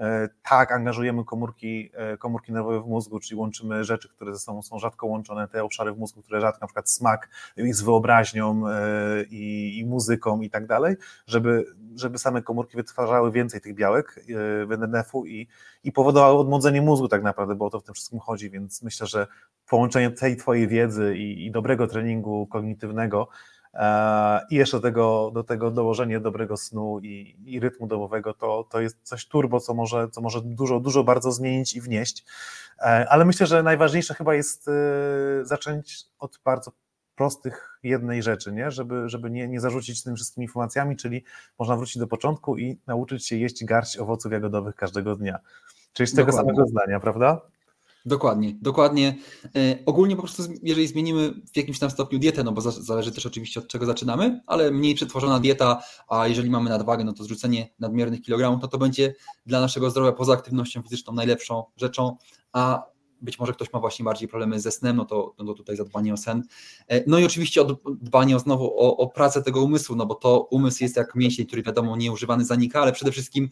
tak angażujemy komórki, komórki nerwowe w mózgu, czyli łączymy rzeczy, które ze sobą są rzadko łączone, te obszary w mózgu, które rzadko, na przykład smak z wyobraźnią i, i muzyką i tak dalej, żeby, żeby same komórki wytwarzały więcej tych białek B D N F-u i i powodowało odmłodzenie mózgu tak naprawdę, bo o to w tym wszystkim chodzi, więc myślę, że połączenie tej twojej wiedzy i, i dobrego treningu kognitywnego e, i jeszcze do tego, do tego dołożenie dobrego snu i, i rytmu dobowego, to, to jest coś turbo, co może, co może dużo, dużo bardzo zmienić i wnieść, e, ale myślę, że najważniejsze chyba jest e, zacząć od bardzo prostych jednej rzeczy, nie? Żeby, żeby nie, nie zarzucić tymi wszystkimi informacjami, czyli można wrócić do początku i nauczyć się jeść garść owoców jagodowych każdego dnia. Czyli z tego Dokładnie. samego zdania, prawda? Dokładnie, dokładnie. E, ogólnie po prostu, jeżeli zmienimy w jakimś tam stopniu dietę, no bo za, zależy też oczywiście od czego zaczynamy, ale mniej przetworzona dieta, a jeżeli mamy nadwagę, no to zrzucenie nadmiernych kilogramów, to to będzie dla naszego zdrowia poza aktywnością fizyczną najlepszą rzeczą, a być może ktoś ma właśnie bardziej problemy ze snem, no to, no to tutaj zadbanie o sen. No i oczywiście dbanie o, znowu o, o pracę tego umysłu, no bo to umysł jest jak mięsień, który wiadomo nieużywany zanika, ale przede wszystkim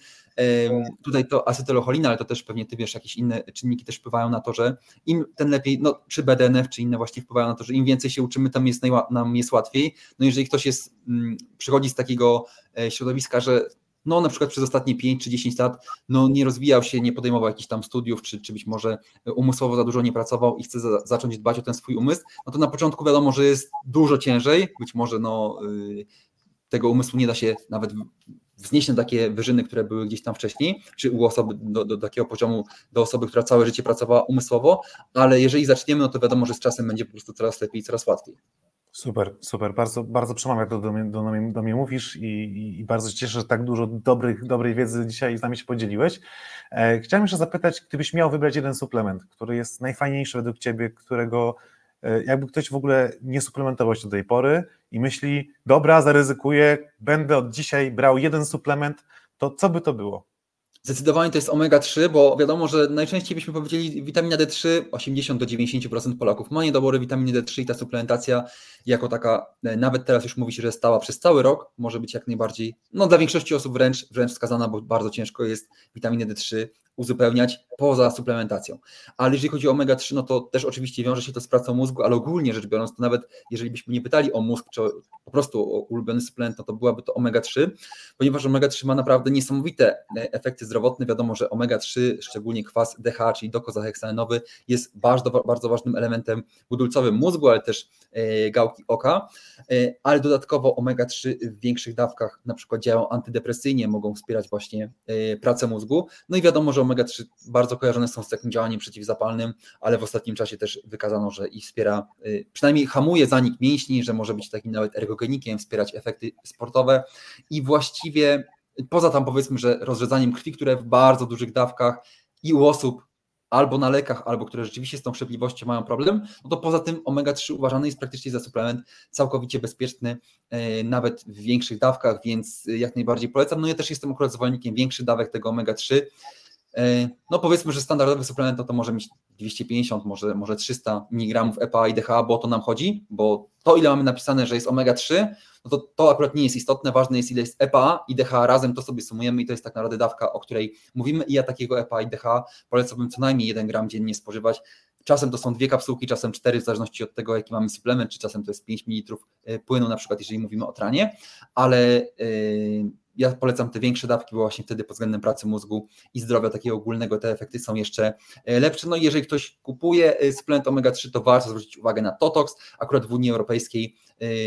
tutaj to acetylocholina, ale to też pewnie ty wiesz, jakieś inne czynniki też wpływają na to, że im ten lepiej, no czy B D N F, czy inne właśnie wpływają na to, że im więcej się uczymy, tam jest najła, nam jest łatwiej. No jeżeli ktoś jest, przychodzi z takiego środowiska, że no na przykład przez ostatnie pięć czy dziesięć lat no nie rozwijał się, nie podejmował jakichś tam studiów, czy, czy być może umysłowo za dużo nie pracował i chce za, zacząć dbać o ten swój umysł, no to na początku wiadomo, że jest dużo ciężej, być może no yy, tego umysłu nie da się nawet wznieść na takie wyżyny, które były gdzieś tam wcześniej, czy u osoby do, do takiego poziomu, do osoby, która całe życie pracowała umysłowo, ale jeżeli zaczniemy, no to wiadomo, że z czasem będzie po prostu coraz lepiej i coraz łatwiej. Super, super, bardzo, bardzo przemawia to do mnie, do mnie, do mnie mówisz i, i, i bardzo się cieszę, że tak dużo dobrych, dobrej wiedzy dzisiaj z nami się podzieliłeś. E, chciałem jeszcze zapytać, gdybyś miał wybrać jeden suplement, który jest najfajniejszy według Ciebie, którego e, jakby ktoś w ogóle nie suplementował się do tej pory i myśli, dobra, zaryzykuję, będę od dzisiaj brał jeden suplement, to co by to było? Zdecydowanie to jest omega trzy, bo wiadomo, że najczęściej byśmy powiedzieli witamina D trzy, osiemdziesiąt do dziewięćdziesięciu procent Polaków ma niedobory witaminy D trzy i ta suplementacja jako taka, nawet teraz już mówi się, że stała przez cały rok, może być jak najbardziej, no dla większości osób wręcz, wręcz wskazana, bo bardzo ciężko jest witaminę D trzy uzupełniać poza suplementacją. Ale jeżeli chodzi o omega trzy, no to też oczywiście wiąże się to z pracą mózgu, ale ogólnie rzecz biorąc, to nawet jeżeli byśmy nie pytali o mózg, czy po prostu o ulubiony suplement, no to byłaby to omega trzy, ponieważ omega trzy ma naprawdę niesamowite efekty zdrowotne. Wiadomo, że omega trzy, szczególnie kwas D H A, czyli dokozaheksaenowy, jest bardzo, bardzo ważnym elementem budulcowym mózgu, ale też gałki oka, ale dodatkowo omega trzy w większych dawkach na przykład działają antydepresyjnie, mogą wspierać właśnie pracę mózgu. No i wiadomo, że omega trzy bardzo kojarzone są z takim działaniem przeciwzapalnym, ale w ostatnim czasie też wykazano, że ich wspiera, przynajmniej hamuje zanik mięśni, że może być takim nawet ergogenikiem, wspierać efekty sportowe i właściwie poza tam powiedzmy, że rozrzedzaniem krwi, które w bardzo dużych dawkach i u osób albo na lekach, albo które rzeczywiście z tą szybliwością mają problem, no to poza tym omega trzy uważany jest praktycznie za suplement całkowicie bezpieczny, nawet w większych dawkach, więc jak najbardziej polecam. No ja też jestem akurat zwolennikiem większych dawek tego omega trzy. No powiedzmy, że standardowy suplement to, to może mieć dwieście pięćdziesiąt, może, może trzysta miligramów E P A i D H A, bo o to nam chodzi, bo to, ile mamy napisane, że jest omega trzy, no to to akurat nie jest istotne, ważne jest, ile jest E P A i D H A razem, to sobie sumujemy i to jest tak naprawdę dawka, o której mówimy i ja takiego E P A i D H A polecałbym co najmniej jeden gram dziennie spożywać. Czasem to są dwie kapsułki, czasem cztery, w zależności od tego, jaki mamy suplement, czy czasem to jest pięć mililitrów płynu, na przykład jeżeli mówimy o tranie, ale yy, ja polecam te większe dawki, bo właśnie wtedy pod względem pracy mózgu i zdrowia takiego ogólnego te efekty są jeszcze lepsze. No i jeżeli ktoś kupuje suplement omega trzy, to warto zwrócić uwagę na Totox. Akurat w Unii Europejskiej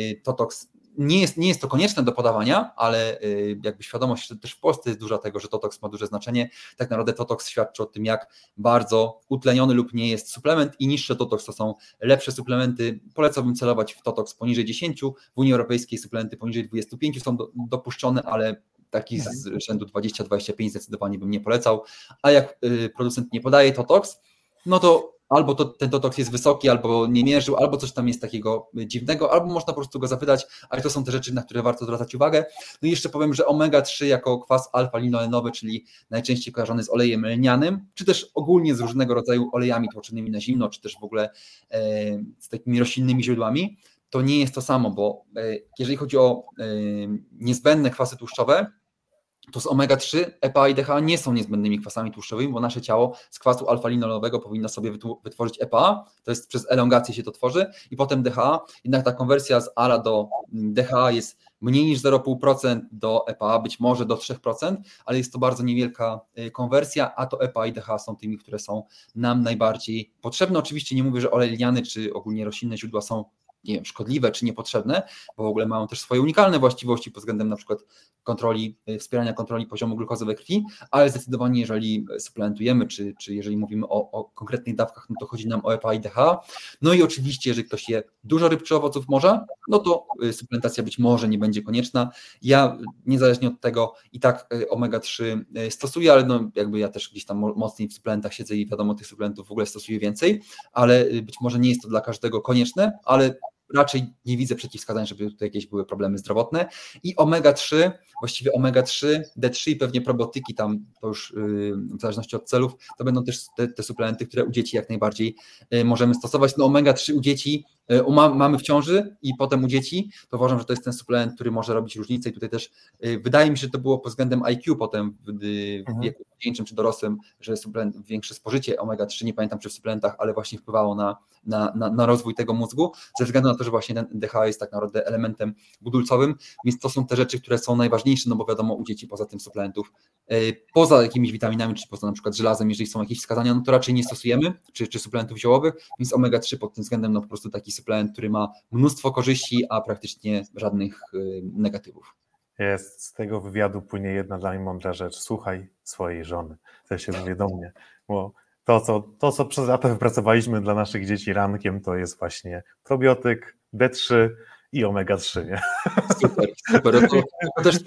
Totox nie jest, nie jest to konieczne do podawania, ale jakby świadomość, że też w Polsce jest duża tego, że Totox ma duże znaczenie. Tak naprawdę Totox świadczy o tym, jak bardzo utleniony lub nie jest suplement i niższe Totox to są lepsze suplementy. Polecałbym celować w Totox poniżej dziesięć. W Unii Europejskiej suplementy poniżej dwadzieścia pięć są do, dopuszczone, ale taki z rzędu dwadzieścia do dwudziestu pięciu zdecydowanie bym nie polecał. A jak y, producent nie podaje Totox, no to albo to, ten Totox jest wysoki, albo nie mierzył, albo coś tam jest takiego dziwnego, albo można po prostu go zapytać, ale to są te rzeczy, na które warto zwracać uwagę. No i jeszcze powiem, że omega trzy jako kwas alfa-linolenowy, czyli najczęściej kojarzony z olejem lnianym, czy też ogólnie z różnego rodzaju olejami tłoczonymi na zimno, czy też w ogóle e, z takimi roślinnymi źródłami, to nie jest to samo, bo e, jeżeli chodzi o e, niezbędne kwasy tłuszczowe, to z omega trzy E P A i D H A nie są niezbędnymi kwasami tłuszczowymi, bo nasze ciało z kwasu alfa-linolowego powinno sobie wytworzyć E P A, to jest przez elongację się to tworzy i potem D H A, jednak ta konwersja z A L A do D H A jest mniej niż zero przecinek pięć procent do E P A, być może do trzy procent, ale jest to bardzo niewielka konwersja, a to E P A i D H A są tymi, które są nam najbardziej potrzebne. Oczywiście nie mówię, że olej lniany czy ogólnie roślinne źródła są nie wiem, szkodliwe czy niepotrzebne, bo w ogóle mają też swoje unikalne właściwości pod względem na przykład kontroli, wspierania kontroli poziomu glukozy we krwi, ale zdecydowanie jeżeli suplementujemy, czy, czy jeżeli mówimy o, o konkretnych dawkach, no to chodzi nam o E P A i D H A. No i oczywiście, jeżeli ktoś je dużo ryb czy owoców morza, no to suplementacja być może nie będzie konieczna. Ja niezależnie od tego i tak omega trzy stosuję, ale no jakby ja też gdzieś tam mocniej w suplementach siedzę i wiadomo, tych suplementów w ogóle stosuję więcej, ale być może nie jest to dla każdego konieczne, ale raczej nie widzę przeciwwskazań, żeby tutaj jakieś były problemy zdrowotne. I omega trzy, właściwie omega trzy, D trzy i pewnie probiotyki tam, to już w zależności od celów, to będą też te, te suplementy, które u dzieci jak najbardziej możemy stosować. No omega trzy u dzieci, u mamy w ciąży i potem u dzieci, to uważam, że to jest ten suplement, który może robić różnicę i tutaj też wydaje mi się, że to było pod względem I Q potem w, w wieku młodzieńczym czy dorosłym, że suplement, większe spożycie omega trzy, nie pamiętam czy w suplementach, ale właśnie wpływało na, na, na, na rozwój tego mózgu, ze względu na to, że właśnie ten D H A jest tak naprawdę elementem budulcowym, więc to są te rzeczy, które są najważniejsze, no bo wiadomo u dzieci poza tym suplementów, poza jakimiś witaminami, czy poza na przykład żelazem, jeżeli są jakieś wskazania, no to raczej nie stosujemy, czy, czy suplementów ziołowych, więc omega trzy pod tym względem no po prostu taki suplement, który ma mnóstwo korzyści, a praktycznie żadnych negatywów. Jest, z tego wywiadu płynie jedna dla mnie mądra rzecz, słuchaj swojej żony, to się mówi do mnie, bo to co, to, co przez lata wypracowaliśmy dla naszych dzieci rankiem, to jest właśnie probiotyk, D trzy i omega trzy, nie? Super, super. To, to też,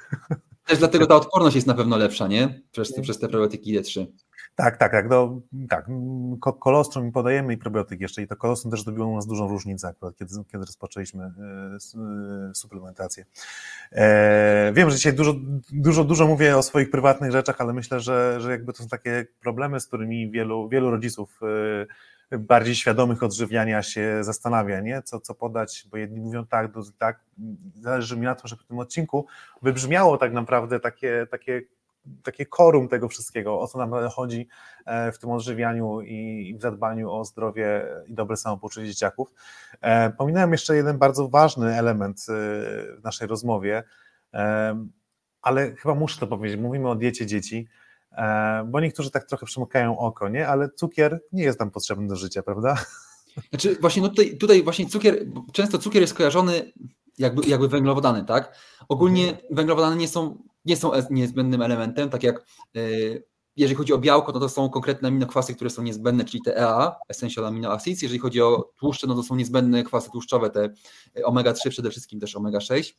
też dlatego ta odporność jest na pewno lepsza, nie? Przez, przez te probiotyki D trzy. Tak, tak, tak. No, tak. Kolostrum podajemy i probiotyk jeszcze i to kolostrum też zrobiło u nas dużą różnicę akurat, kiedy, kiedy rozpoczęliśmy suplementację. E, wiem, że dzisiaj dużo, dużo, dużo mówię o swoich prywatnych rzeczach, ale myślę, że, że jakby to są takie problemy, z którymi wielu, wielu rodziców bardziej świadomych odżywiania się zastanawia, nie? Co, co podać, bo jedni mówią tak, tak, zależy mi na tym, żeby w tym odcinku wybrzmiało tak naprawdę takie, takie takie korum tego wszystkiego, o co nam chodzi w tym odżywianiu i w zadbaniu o zdrowie i dobre samopoczucie dzieciaków. Pominąłem jeszcze jeden bardzo ważny element w naszej rozmowie, ale chyba muszę to powiedzieć, mówimy o diecie dzieci, bo niektórzy tak trochę przymykają oko, nie? Ale cukier nie jest nam potrzebny do życia, prawda? Znaczy właśnie no tutaj, tutaj właśnie cukier, często cukier jest kojarzony jakby, jakby węglowodany, tak? Ogólnie węglowodany nie są nie są niezbędnym elementem, tak jak jeżeli chodzi o białko, no to są konkretne aminokwasy, które są niezbędne, czyli te E A A, Essential Amino Acids. Jeżeli chodzi o tłuszcze, no to są niezbędne kwasy tłuszczowe, te omega trzy, przede wszystkim też omega sześć.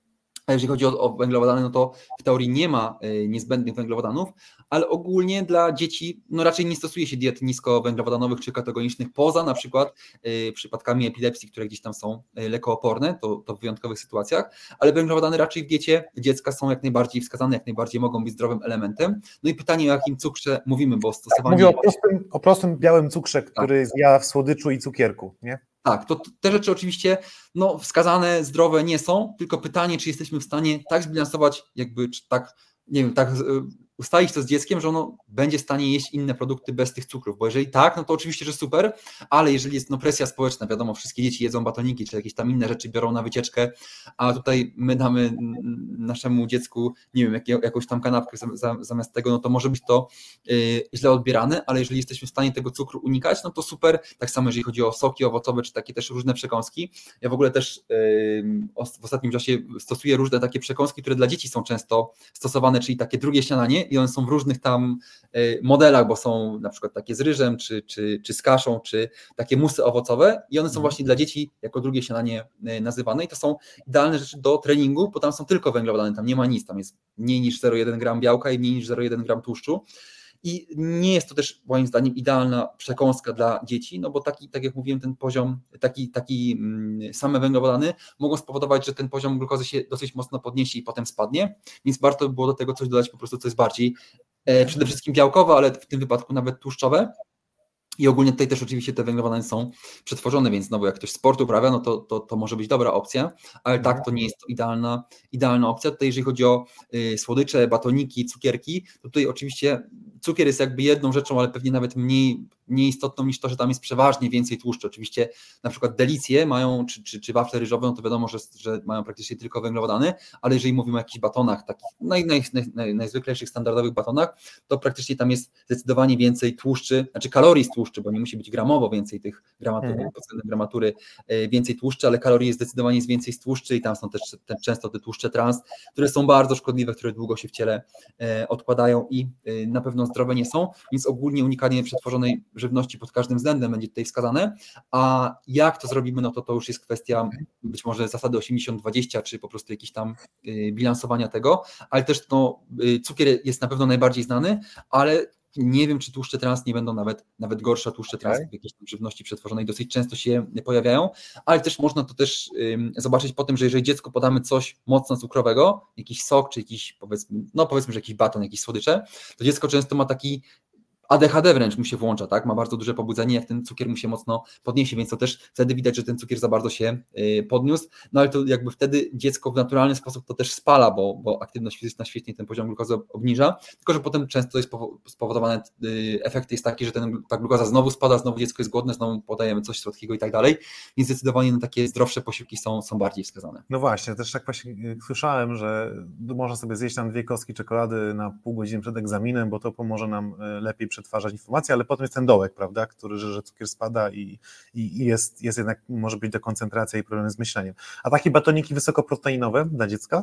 A jeżeli chodzi o, o węglowodany, no to w teorii nie ma y, niezbędnych węglowodanów, ale ogólnie dla dzieci no raczej nie stosuje się diet niskowęglowodanowych czy katagonicznych, poza na przykład y, przypadkami epilepsji, które gdzieś tam są y, lekooporne, to, to w wyjątkowych sytuacjach, ale węglowodany raczej w diecie dziecka są jak najbardziej wskazane, jak najbardziej mogą być zdrowym elementem. No i pytanie, o jakim cukrze mówimy, bo stosowanie... Mówię o prostym, o prostym białym cukrze, który tak. zjada w słodyczu i cukierku, nie? Tak, to te rzeczy oczywiście no, wskazane, zdrowe nie są, tylko pytanie, czy jesteśmy w stanie tak zbilansować, jakby czy tak, nie wiem, tak ustalić to z dzieckiem, że ono będzie w stanie jeść inne produkty bez tych cukrów, bo jeżeli tak, no to oczywiście, że super, ale jeżeli jest no, presja społeczna, wiadomo, wszystkie dzieci jedzą batoniki, czy jakieś tam inne rzeczy biorą na wycieczkę, a tutaj my damy naszemu dziecku, nie wiem, jak, jakąś tam kanapkę zamiast tego, no to może być to yy, źle odbierane, ale jeżeli jesteśmy w stanie tego cukru unikać, no to super, tak samo jeżeli chodzi o soki owocowe, czy takie też różne przekąski. Ja w ogóle też yy, w ostatnim czasie stosuję różne takie przekąski, które dla dzieci są często stosowane, czyli takie drugie śniadanie, i one są w różnych tam modelach, bo są na przykład takie z ryżem, czy, czy, czy z kaszą, czy takie musy owocowe i one są właśnie dla dzieci jako drugie śniadanie nazywane i to są idealne rzeczy do treningu, bo tam są tylko węglowodany, tam nie ma nic, tam jest mniej niż zero przecinek jeden gram białka i mniej niż zero przecinek jeden gram tłuszczu. I nie jest to też moim zdaniem idealna przekąska dla dzieci, no bo taki, tak jak mówiłem, ten poziom, taki, taki same węglowodany mogą spowodować, że ten poziom glukozy się dosyć mocno podniesie i potem spadnie, więc warto by było do tego coś dodać po prostu, co jest bardziej e, przede wszystkim białkowe, ale w tym wypadku nawet tłuszczowe. I ogólnie tutaj też oczywiście te węglowodany są przetworzone, więc znowu jak ktoś sport uprawia, no to, to, to może być dobra opcja, ale tak, to nie jest to idealna, idealna opcja. Tutaj jeżeli chodzi o y, słodycze, batoniki, cukierki, to tutaj oczywiście cukier jest jakby jedną rzeczą, ale pewnie nawet mniej, mniej istotną niż to, że tam jest przeważnie więcej tłuszczu. Oczywiście na przykład delicje mają, czy, czy, czy wafle ryżowe, no to wiadomo, że, że mają praktycznie tylko węglowodany, ale jeżeli mówimy o jakichś batonach, takich naj, naj, naj, naj, najzwyklejszych, standardowych batonach, to praktycznie tam jest zdecydowanie więcej tłuszczy, znaczy kalorii z tłuszczy, bo nie musi być gramowo więcej tych gramatury, hmm. pod względem gramatury więcej tłuszczy, ale kalorii jest zdecydowanie jest więcej z tłuszczy i tam są też te, często te tłuszcze trans, które są bardzo szkodliwe, które długo się w ciele odkładają i na pewno zdrowe nie są, więc ogólnie unikanie przetworzonej żywności pod każdym względem będzie tutaj wskazane, a jak to zrobimy, no to to już jest kwestia być może zasady osiemdziesiąt dwadzieścia, czy po prostu jakieś tam bilansowania tego, ale też no, cukier jest na pewno najbardziej znany, ale nie wiem, czy tłuszcze trans nie będą nawet, nawet gorsze, tłuszcze trans w jakiejś tam żywności przetworzonej dosyć często się pojawiają, ale też można to też um, zobaczyć po tym, że jeżeli dziecku podamy coś mocno cukrowego, jakiś sok, czy jakiś powiedzmy, no powiedzmy, że jakiś baton, jakieś słodycze, to dziecko często ma taki A D H D wręcz mu się włącza, tak? Ma bardzo duże pobudzenie, jak ten cukier mu się mocno podniesie, więc to też wtedy widać, że ten cukier za bardzo się y, podniósł, no ale to jakby wtedy dziecko w naturalny sposób to też spala, bo, bo aktywność fizyczna świetnie ten poziom glukozy obniża, tylko że potem często jest spowodowane, y, efekt jest taki, że ten, ta glukoza znowu spada, znowu dziecko jest głodne, znowu podajemy coś słodkiego i tak dalej, więc zdecydowanie no, takie zdrowsze posiłki są, są bardziej wskazane. No właśnie, też tak właśnie słyszałem, że można sobie zjeść tam dwie kostki czekolady na pół godziny przed egzaminem, bo to pomoże nam lepiej przetwarzać informacje, ale potem jest ten dołek, prawda, który, że, że cukier spada i, i, i jest, jest jednak, może być dekoncentracja i problemy z myśleniem. A takie batoniki wysokoproteinowe dla dziecka?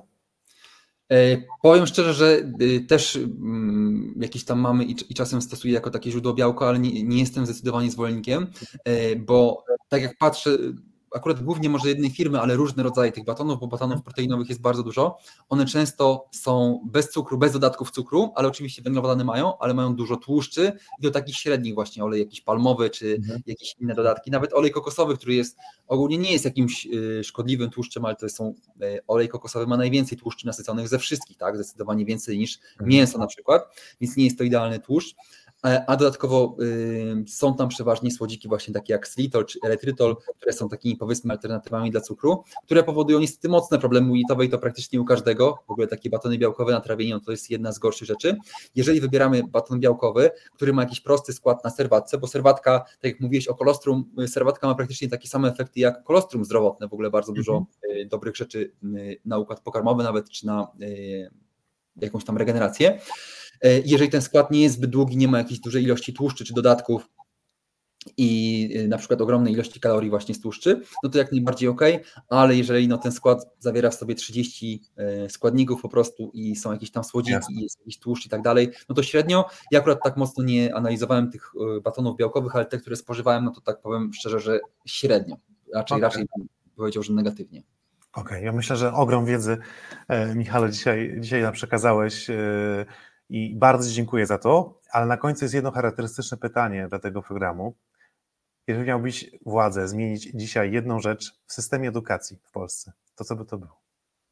E, powiem szczerze, że y, też y, jakieś tam mamy i, i czasem stosuję jako takie źródło białka, ale nie, nie jestem zdecydowanie zwolennikiem, e, bo tak jak patrzę, akurat głównie może jednej firmy, ale różne rodzaje tych batonów, bo batonów proteinowych jest bardzo dużo. One często są bez cukru, bez dodatków cukru, ale oczywiście węglowodany mają, ale mają dużo tłuszczy i do takich średnich właśnie olej jakiś palmowy, czy mhm. jakieś inne dodatki. Nawet olej kokosowy, który jest ogólnie nie jest jakimś szkodliwym tłuszczem, ale to są olej kokosowy ma najwięcej tłuszczy nasyconych ze wszystkich, tak? Zdecydowanie więcej niż mhm. mięso na przykład, więc nie jest to idealny tłuszcz. A dodatkowo y, są tam przeważnie słodziki właśnie takie jak xylitol czy erytrytol, które są takimi powiedzmy alternatywami dla cukru, które powodują niestety mocne problemy unitowe i to praktycznie u każdego. W ogóle takie batony białkowe na trawienie, no to jest jedna z gorszych rzeczy. Jeżeli wybieramy baton białkowy, który ma jakiś prosty skład na serwatce, bo serwatka, tak jak mówiłeś o kolostrum, serwatka ma praktycznie takie same efekty jak kolostrum zdrowotne, w ogóle bardzo dużo y, dobrych rzeczy y, na układ pokarmowy nawet, czy na y, jakąś tam regenerację. Jeżeli ten skład nie jest zbyt długi, nie ma jakiejś dużej ilości tłuszczy czy dodatków, i na przykład ogromnej ilości kalorii właśnie z tłuszczy, no to jak najbardziej ok, ale jeżeli no ten skład zawiera w sobie trzydzieści składników po prostu i są jakieś tam słodziki, yes. i jest jakiś tłuszcz i tak dalej, no to średnio. Ja akurat tak mocno nie analizowałem tych batonów białkowych, ale te, które spożywałem, no to tak powiem szczerze, że średnio. Raczej, okay. raczej bym powiedział, że negatywnie. Okej, okay. Ja myślę, że ogrom wiedzy, e, Michale, dzisiaj, dzisiaj nam przekazałeś e, i bardzo Ci dziękuję za to, ale na końcu jest jedno charakterystyczne pytanie dla tego programu. Jeżeli miałbyś władzę zmienić dzisiaj jedną rzecz w systemie edukacji w Polsce, to co by to było?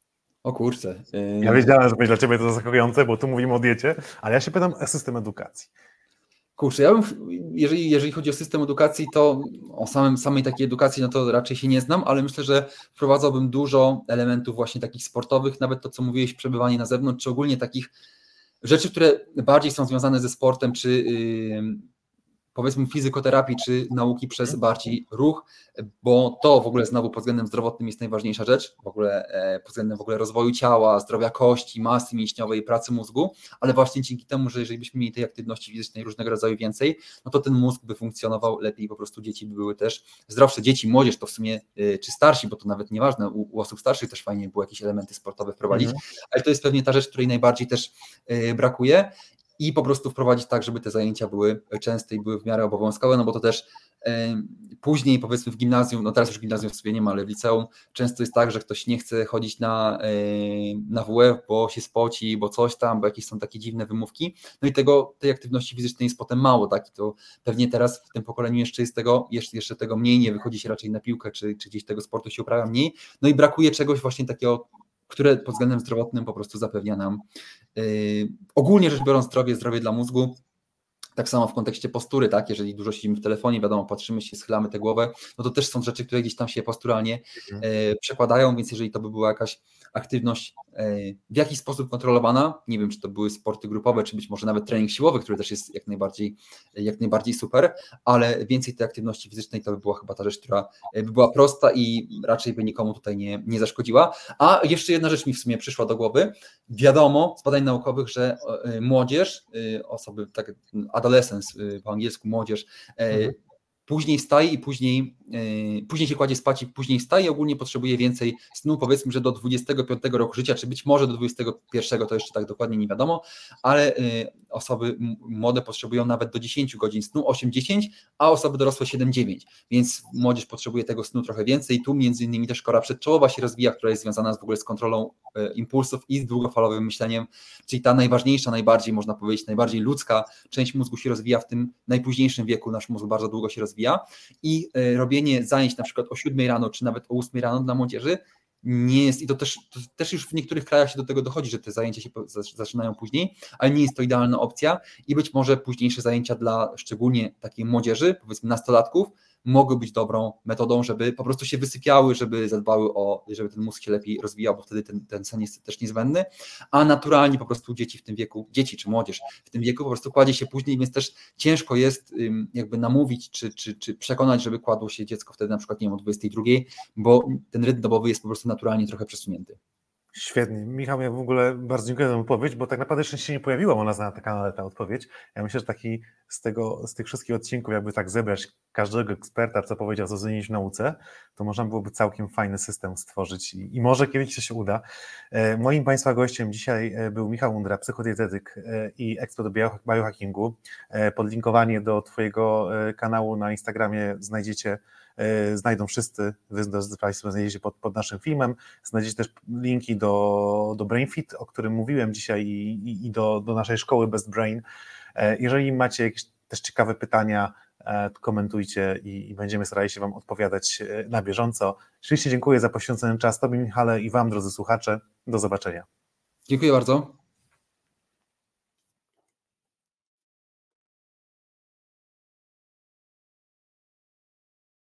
O kurczę. Yy... Ja wiedziałem, że będzie dla Ciebie to zaskakujące, bo tu mówimy o diecie, ale ja się pytam o system edukacji. Kurczę, ja bym, jeżeli, jeżeli chodzi o system edukacji, to o samym, samej takiej edukacji, no to raczej się nie znam, ale myślę, że wprowadzałbym dużo elementów właśnie takich sportowych, nawet to, co mówiłeś, przebywanie na zewnątrz, czy ogólnie takich rzeczy, które bardziej są związane ze sportem, czy yy, powiedzmy fizykoterapii, czy nauki przez bardziej ruch, bo to w ogóle znowu pod względem zdrowotnym jest najważniejsza rzecz, w ogóle pod względem w ogóle rozwoju ciała, zdrowia kości, masy mięśniowej, pracy mózgu, ale właśnie dzięki temu, że jeżeli byśmy mieli tej aktywności fizycznej różnego rodzaju więcej, no to ten mózg by funkcjonował lepiej, po prostu dzieci by były też zdrowsze. Dzieci, młodzież to w sumie, czy starsi, bo to nawet nieważne, u, u osób starszych też fajnie było jakieś elementy sportowe wprowadzić, mhm. ale to jest pewnie ta rzecz, której najbardziej też brakuje. I po prostu wprowadzić tak, żeby te zajęcia były częste i były w miarę obowiązkowe, no bo to też e, później powiedzmy w gimnazjum, no teraz już gimnazjum w sobie nie ma, ale w liceum często jest tak, że ktoś nie chce chodzić na, e, na W F, bo się spoci, bo coś tam, bo jakieś są takie dziwne wymówki, no i tego, tej aktywności fizycznej jest potem mało, tak, i to pewnie teraz w tym pokoleniu jeszcze jest tego, jeszcze, jeszcze tego mniej, nie wychodzi się raczej na piłkę, czy, czy gdzieś tego sportu się uprawia mniej, no i brakuje czegoś właśnie takiego, które pod względem zdrowotnym po prostu zapewnia nam yy, ogólnie rzecz biorąc zdrowie, zdrowie dla mózgu. Tak samo w kontekście postury, tak, jeżeli dużo siedzimy w telefonie, wiadomo, patrzymy się, schylamy tę głowę, no to też są rzeczy, które gdzieś tam się posturalnie mhm. e, przekładają, więc jeżeli to by była jakaś aktywność e, w jakiś sposób kontrolowana, nie wiem, czy to były sporty grupowe, czy być może nawet trening siłowy, który też jest jak najbardziej, jak najbardziej super, ale więcej tej aktywności fizycznej to by była chyba ta rzecz, która by była prosta i raczej by nikomu tutaj nie, nie zaszkodziła. A jeszcze jedna rzecz mi w sumie przyszła do głowy. Wiadomo z badań naukowych, że e, młodzież, e, osoby tak adolescence, po angielsku młodzież, mhm. później wstaje i później, później się kładzie spać i później wstaje i ogólnie potrzebuje więcej snu, powiedzmy, że do dwudziestego piątego roku życia, czy być może do dwudziestego pierwszego, to jeszcze tak dokładnie nie wiadomo, ale osoby młode potrzebują nawet do dziesięć godzin snu, osiem dziesięć, a osoby dorosłe siedem dziewięć, więc młodzież potrzebuje tego snu trochę więcej. Tu między innymi też kora przedczołowa się rozwija, która jest związana z w ogóle z kontrolą impulsów i z długofalowym myśleniem, czyli ta najważniejsza, najbardziej można powiedzieć, najbardziej ludzka część mózgu się rozwija w tym najpóźniejszym wieku, nasz mózg bardzo długo się rozwija i robienie zajęć na przykład o siódmej rano, czy nawet o ósmej rano dla młodzieży nie jest, i to też, to też już w niektórych krajach się do tego dochodzi, że te zajęcia się zaczynają później, ale nie jest to idealna opcja i być może późniejsze zajęcia dla szczególnie takiej młodzieży, powiedzmy nastolatków, mogły być dobrą metodą, żeby po prostu się wysypiały, żeby zadbały o, żeby ten mózg się lepiej rozwijał, bo wtedy ten, ten sen jest też niezbędny, a naturalnie po prostu dzieci w tym wieku, dzieci czy młodzież w tym wieku po prostu kładzie się później, więc też ciężko jest jakby namówić, czy, czy, czy przekonać, żeby kładło się dziecko wtedy na przykład, nie wiem, o dwudziestej drugiej, bo ten rytm dobowy jest po prostu naturalnie trochę przesunięty. Świetnie. Michał, ja w ogóle bardzo dziękuję za tę odpowiedź, bo tak naprawdę jeszcze się nie pojawiła u nas na kanale ta odpowiedź. Ja myślę, że taki z, tego, z tych wszystkich odcinków, jakby tak zebrać każdego eksperta, co powiedział, co zmienić w nauce, to można byłoby całkiem fajny system stworzyć i, i może kiedyś to się uda. Moim Państwa gościem dzisiaj był Michał Undra, psychodietetyk i ekspert do biohackingu. Podlinkowanie do Twojego kanału na Instagramie znajdziecie znajdą wszyscy, wy Państwo znajdziecie pod, pod naszym filmem, znajdziecie też linki do, do BrainFit, o którym mówiłem dzisiaj i, i, i do, do naszej szkoły Best Brain. Jeżeli macie jakieś też ciekawe pytania, to komentujcie i, i będziemy starali się Wam odpowiadać na bieżąco. Oczywiście dziękuję za poświęcony czas Tobie, Michale, i Wam, drodzy słuchacze. Do zobaczenia. Dziękuję bardzo.